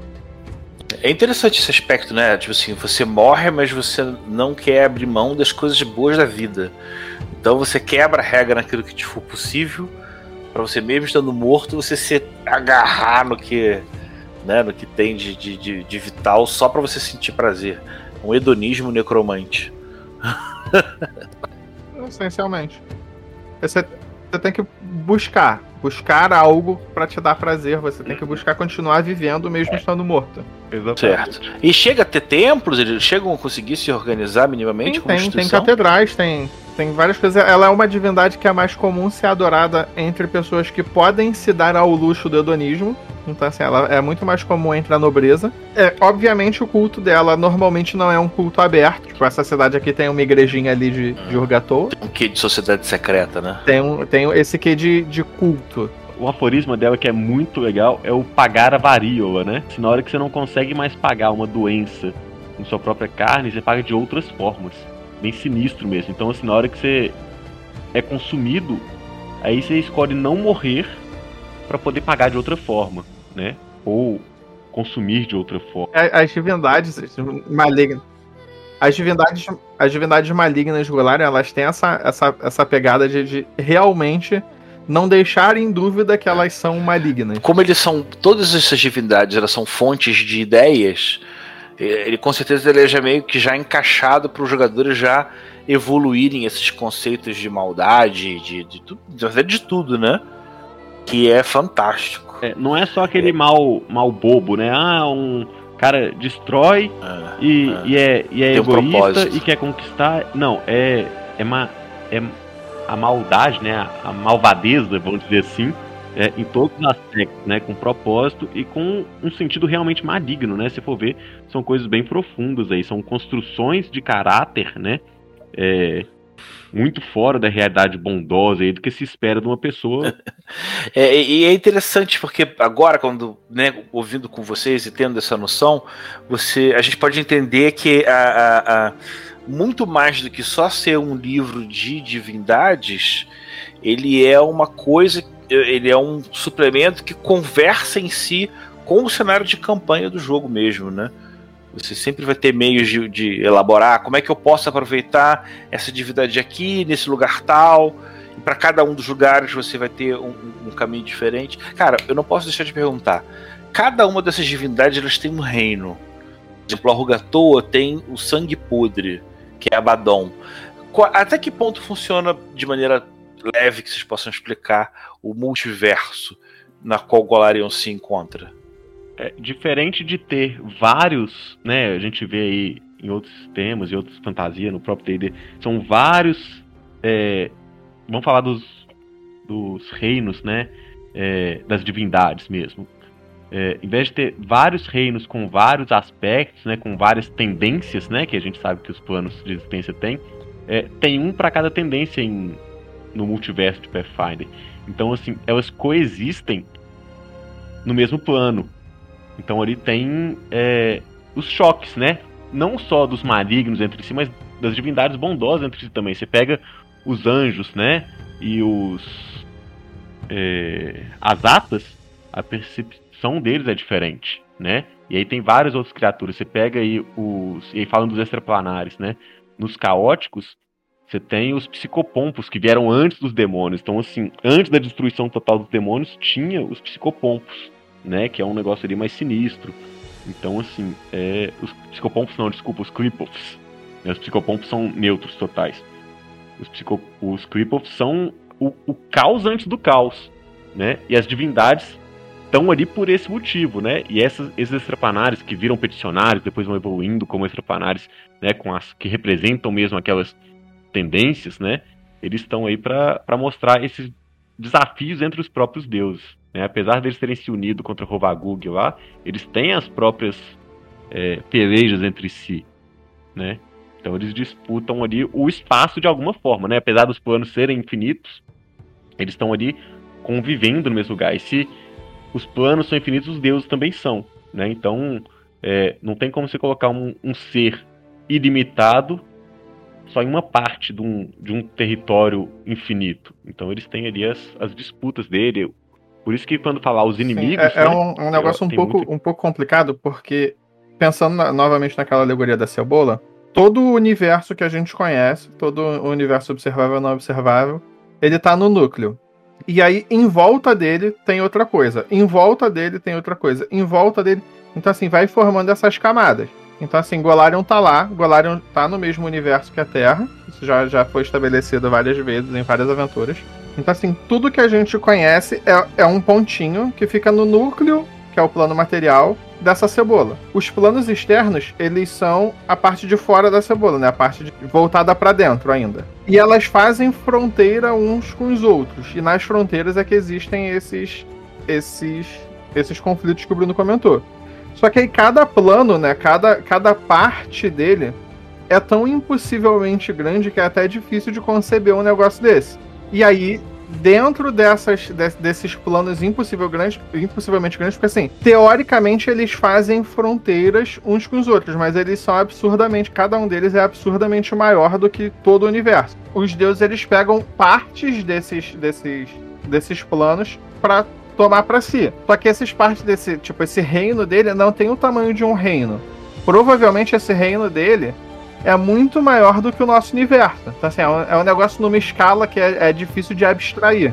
É interessante esse aspecto, né? Tipo assim, você morre, mas você não quer abrir mão das coisas boas da vida. Então você quebra a regra naquilo que te for possível, para você mesmo estando morto, você se agarrar no que, né, no que tem de vital, só para você sentir prazer. Um hedonismo necromante. Essencialmente. Você tem que buscar algo para te dar prazer. Você tem que buscar continuar vivendo mesmo estando morto. Exatamente. Certo. E chega a ter templos? Eles chegam a conseguir se organizar minimamente? Tem catedrais, tem várias coisas. Ela é uma divindade que é mais comum ser adorada entre pessoas que podem se dar ao luxo do hedonismo. Então, assim, ela é muito mais comum entre a nobreza. Obviamente, o culto dela normalmente não é um culto aberto. Tipo, essa cidade aqui tem uma igrejinha ali de Urgatoa. Tem um quê de sociedade secreta, né? Tem esse quê de culto. o aforisma dela que é muito legal é o pagar a varíola, né? Se na hora que você não consegue mais pagar uma doença com sua própria carne, você paga de outras formas. Bem sinistro mesmo. Então, assim, na hora que você é consumido, aí você escolhe não morrer para poder pagar de outra forma, né? Ou consumir de outra forma. As divindades malignas. As divindades malignas de Golarion, elas têm essa pegada de realmente não deixar em dúvida que elas são malignas. Como eles são, todas essas divindades, elas são fontes de ideias, ele com certeza ele é já meio que já encaixado para os jogadores já evoluírem esses conceitos de maldade, de tudo, né? Que é fantástico. Não é só aquele mal bobo, né? Um cara destrói e é egoísta e quer conquistar. Não, é a maldade, né? A malvadeza, vamos dizer assim, em todos os aspectos, né? Com propósito e com um sentido realmente maligno, né? Se for ver, são coisas bem profundas aí, são construções de caráter, né? Muito fora da realidade bondosa aí do que se espera de uma pessoa. E é interessante porque agora, quando, né, ouvindo com vocês e tendo essa noção, a gente pode entender que muito mais do que só ser um livro de divindades, ele é uma coisa, ele é um suplemento que conversa em si com o cenário de campanha do jogo mesmo, né? Você sempre vai ter meios de elaborar como é que eu posso aproveitar essa divindade aqui, nesse lugar tal. E para cada um dos lugares você vai ter um caminho diferente. Cara, eu não posso deixar de perguntar. Cada uma dessas divindades, elas têm um reino. Por exemplo, a Rugatoa tem o Sangue Podre, que é Abaddon. Até que ponto funciona de maneira leve que vocês possam explicar o multiverso na qual Golarion se encontra? Diferente de ter vários, né, a gente vê aí em outros sistemas e outras fantasias, no próprio D&D, são vários, vamos falar dos reinos, né, das divindades mesmo. Em vez de ter vários reinos com vários aspectos, né, com várias tendências, né, que a gente sabe que os planos de existência têm, tem um para cada tendência no multiverso de Pathfinder. Então, assim, elas coexistem no mesmo plano. Então ali tem os choques, né? Não só dos malignos entre si, mas das divindades bondosas entre si também. Você pega os anjos, né? E as atas, a percepção deles é diferente, né? E aí tem várias outras criaturas. Você pega aí e aí falando dos extraplanares, né? Nos caóticos, você tem os psicopompos que vieram antes dos demônios. Então, assim, antes da destruição total dos demônios, tinha os psicopompos, né, que é um negócio ali mais sinistro. Então, assim, os psicopompos não, desculpa, os Kripoffs. Né, os psicopompos são neutros totais. Os Kripoffs são o caos antes do caos, né? E as divindades estão ali por esse motivo, né? E esses extrapanares que viram peticionários, depois vão evoluindo como extrapanares, né, com as que representam mesmo aquelas tendências, né? Eles estão aí para mostrar esses desafios entre os próprios deuses. Né? Apesar deles terem se unido contra Rovagug lá, eles têm as próprias pelejas entre si, né? Então eles disputam ali o espaço de alguma forma, né? Apesar dos planos serem infinitos, eles estão ali convivendo no mesmo lugar. E se os planos são infinitos, os deuses também são, né? Então não tem como você colocar um ser ilimitado só em uma parte de um território infinito. Então eles têm ali as disputas dele. Por isso que quando falar os inimigos... Sim, um negócio um pouco complicado, porque pensando novamente naquela alegoria da cebola, todo o universo que a gente conhece, todo o universo observável e não observável, ele tá no núcleo. E aí, em volta dele, tem outra coisa. Em volta dele, tem outra coisa. Em volta dele... Então, assim, vai formando essas camadas. Então, assim, Golarion tá lá, Golarion tá no mesmo universo que a Terra, isso já foi estabelecido várias vezes em várias aventuras. Então, assim, tudo que a gente conhece é um pontinho que fica no núcleo, que é o plano material, dessa cebola. Os planos externos, eles são a parte de fora da cebola, né? A parte voltada para dentro ainda. E elas fazem fronteira uns com os outros. E nas fronteiras é que existem esses conflitos que o Bruno comentou. Só que aí cada plano, né, cada parte dele é tão impossivelmente grande que é até difícil de conceber um negócio desse. E aí dentro desses planos impossivelmente grandes, porque assim, teoricamente eles fazem fronteiras uns com os outros, mas eles são absurdamente, cada um deles é absurdamente maior do que todo o universo. Os deuses, eles pegam partes desses planos para tomar para si. Só que essas partes esse reino dele não tem o tamanho de um reino. Provavelmente esse reino dele é muito maior do que o nosso universo. Então, assim, é um negócio numa escala que é difícil de abstrair.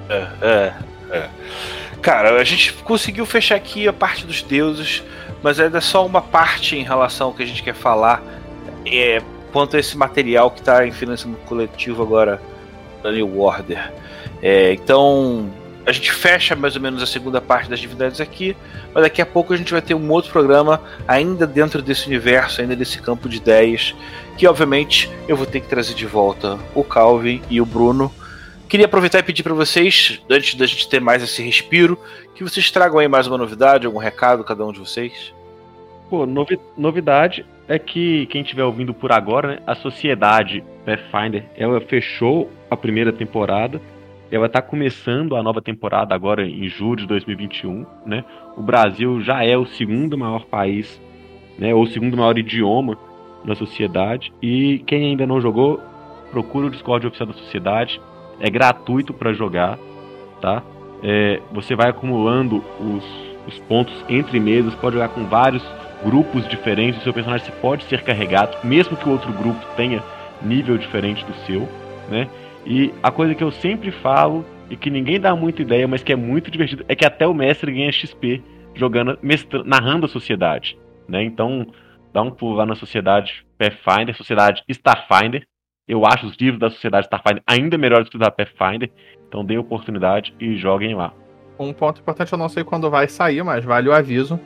Cara, a gente conseguiu fechar aqui a parte dos deuses, mas ainda é só uma parte em relação ao que a gente quer falar quanto a esse material que está em financiamento coletivo agora da New Order. Então, a gente fecha mais ou menos a segunda parte das divindades aqui, mas daqui a pouco a gente vai ter um outro programa ainda dentro desse universo, ainda desse campo de ideias, que obviamente eu vou ter que trazer de volta o Calvin e o Bruno. Queria aproveitar e pedir para vocês, antes da gente ter mais esse respiro, que vocês tragam aí mais uma novidade, algum recado, cada um de vocês. Pô, novidade é que quem estiver ouvindo por agora, né, a Sociedade Pathfinder, ela fechou a primeira temporada. Ela está começando a nova temporada agora em julho de 2021, né? O Brasil já é o segundo maior país, né? Ou o segundo maior idioma na sociedade. E quem ainda não jogou, procura o Discord oficial da sociedade. É gratuito para jogar, tá? Você vai acumulando os pontos entre mesas, pode jogar com vários grupos diferentes. O seu personagem pode ser carregado, mesmo que o outro grupo tenha nível diferente do seu, né? E a coisa que eu sempre falo, e que ninguém dá muita ideia, mas que é muito divertido, é que até o mestre ganha XP jogando, narrando a sociedade, né? Então, dá um pulo lá na Sociedade Pathfinder, Sociedade Starfinder. Eu acho os livros da Sociedade Starfinder ainda melhores que os da Pathfinder. Então, dê oportunidade e joguem lá. Um ponto importante, eu não sei quando vai sair, mas vale o aviso.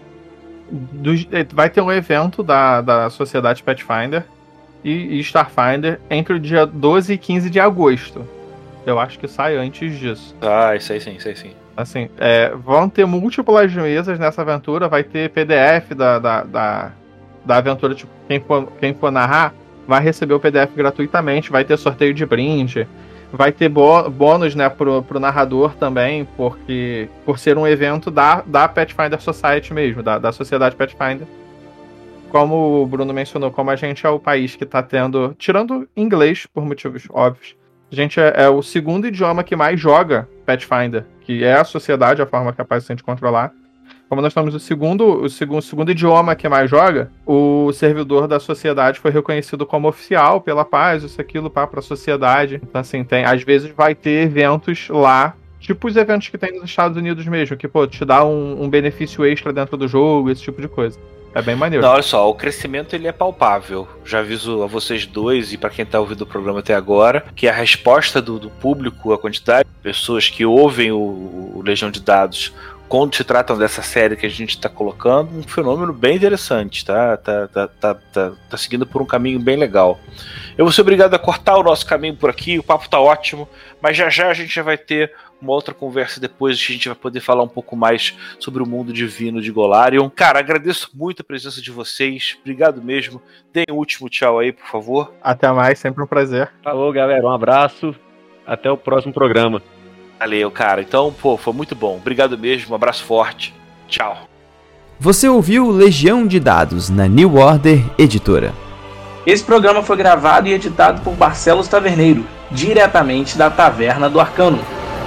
Vai ter um evento da Sociedade Pathfinder e Starfinder entre o dia 12 e 15 de agosto. Eu acho que sai antes disso. Isso aí sim. Assim, vão ter múltiplas mesas nessa aventura, vai ter PDF da aventura, tipo, quem for narrar vai receber o PDF gratuitamente, vai ter sorteio de brinde, vai ter bônus, né, pro narrador também, porque por ser um evento da Pathfinder Society mesmo, da Sociedade Pathfinder. Como o Bruno mencionou, como a gente é o país que está tendo, tirando inglês por motivos óbvios, a gente é o segundo idioma que mais joga Pathfinder, que é a sociedade, a forma capaz de controlar. Como nós estamos o segundo idioma que mais joga, o servidor da sociedade foi reconhecido como oficial pela paz, isso aquilo para a sociedade. Então, assim, às vezes vai ter eventos lá, tipo os eventos que tem nos Estados Unidos mesmo, que, pô, te dá um benefício extra dentro do jogo, esse tipo de coisa. É bem maneiro. Não, olha só, o crescimento ele é palpável. Já aviso a vocês dois e para quem tá ouvindo o programa até agora, que a resposta do público, a quantidade de pessoas que ouvem o Legião de Dados quando se tratam dessa série que a gente está colocando, um fenômeno bem interessante, tá seguindo por um caminho bem legal. Eu vou ser obrigado a cortar o nosso caminho por aqui, o papo tá ótimo, mas já a gente já vai ter uma outra conversa depois, que a gente vai poder falar um pouco mais sobre o mundo divino de Golarion. Cara, agradeço muito a presença de vocês, obrigado mesmo. Deem um último tchau aí, por favor. Até mais, sempre um prazer. Falou, galera, um abraço, até o próximo programa. Valeu, cara. Então, foi muito bom. Obrigado mesmo, um abraço forte. Tchau. Você ouviu Legião de Dados na New Order Editora. Esse programa foi gravado e editado por Barcelos Taverneiro, diretamente da Taverna do Arcano.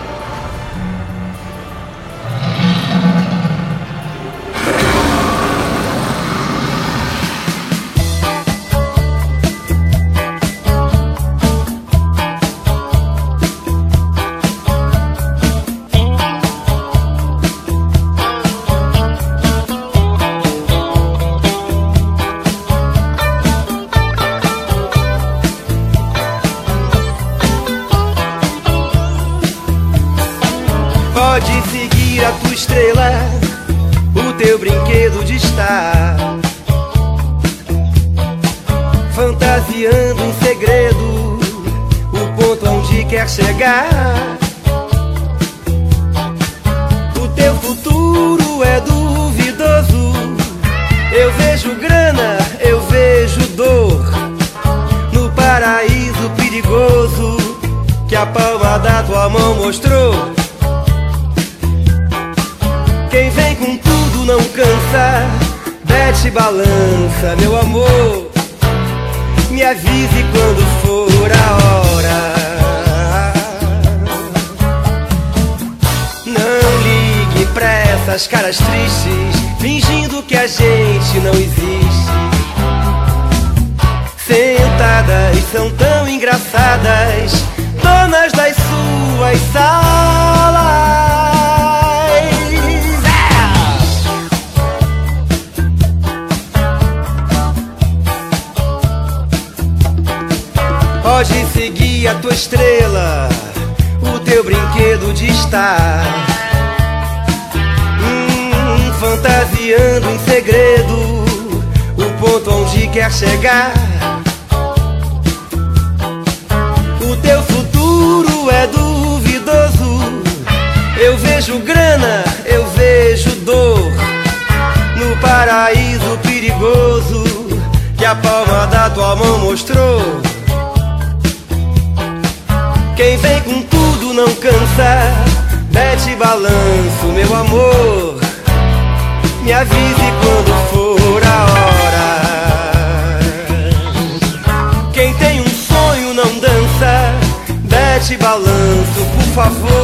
Pode seguir a tua estrela, o teu brinquedo de estar fantasiando um segredo, o ponto onde quer chegar. O teu futuro é duvidoso, eu vejo grana, eu vejo dor, no paraíso perigoso que a palma da tua mão mostrou. Quem vem com tudo não cansa, mete balança, meu amor. Me avise quando for a hora. Não ligue pra essas caras tristes, fingindo que a gente não existe. Sentadas são tão engraçadas, donas das suas salas. Pode seguir a tua estrela, o teu brinquedo de estar, fantasiando em segredo o ponto onde quer chegar. O teu futuro é duvidoso, eu vejo grana, eu vejo dor, no paraíso perigoso que a palma da tua mão mostrou. Quem vem com tudo não cansa, mete balanço, meu amor. Me avise quando for a hora. Quem tem um sonho não dança, mete balanço, por favor.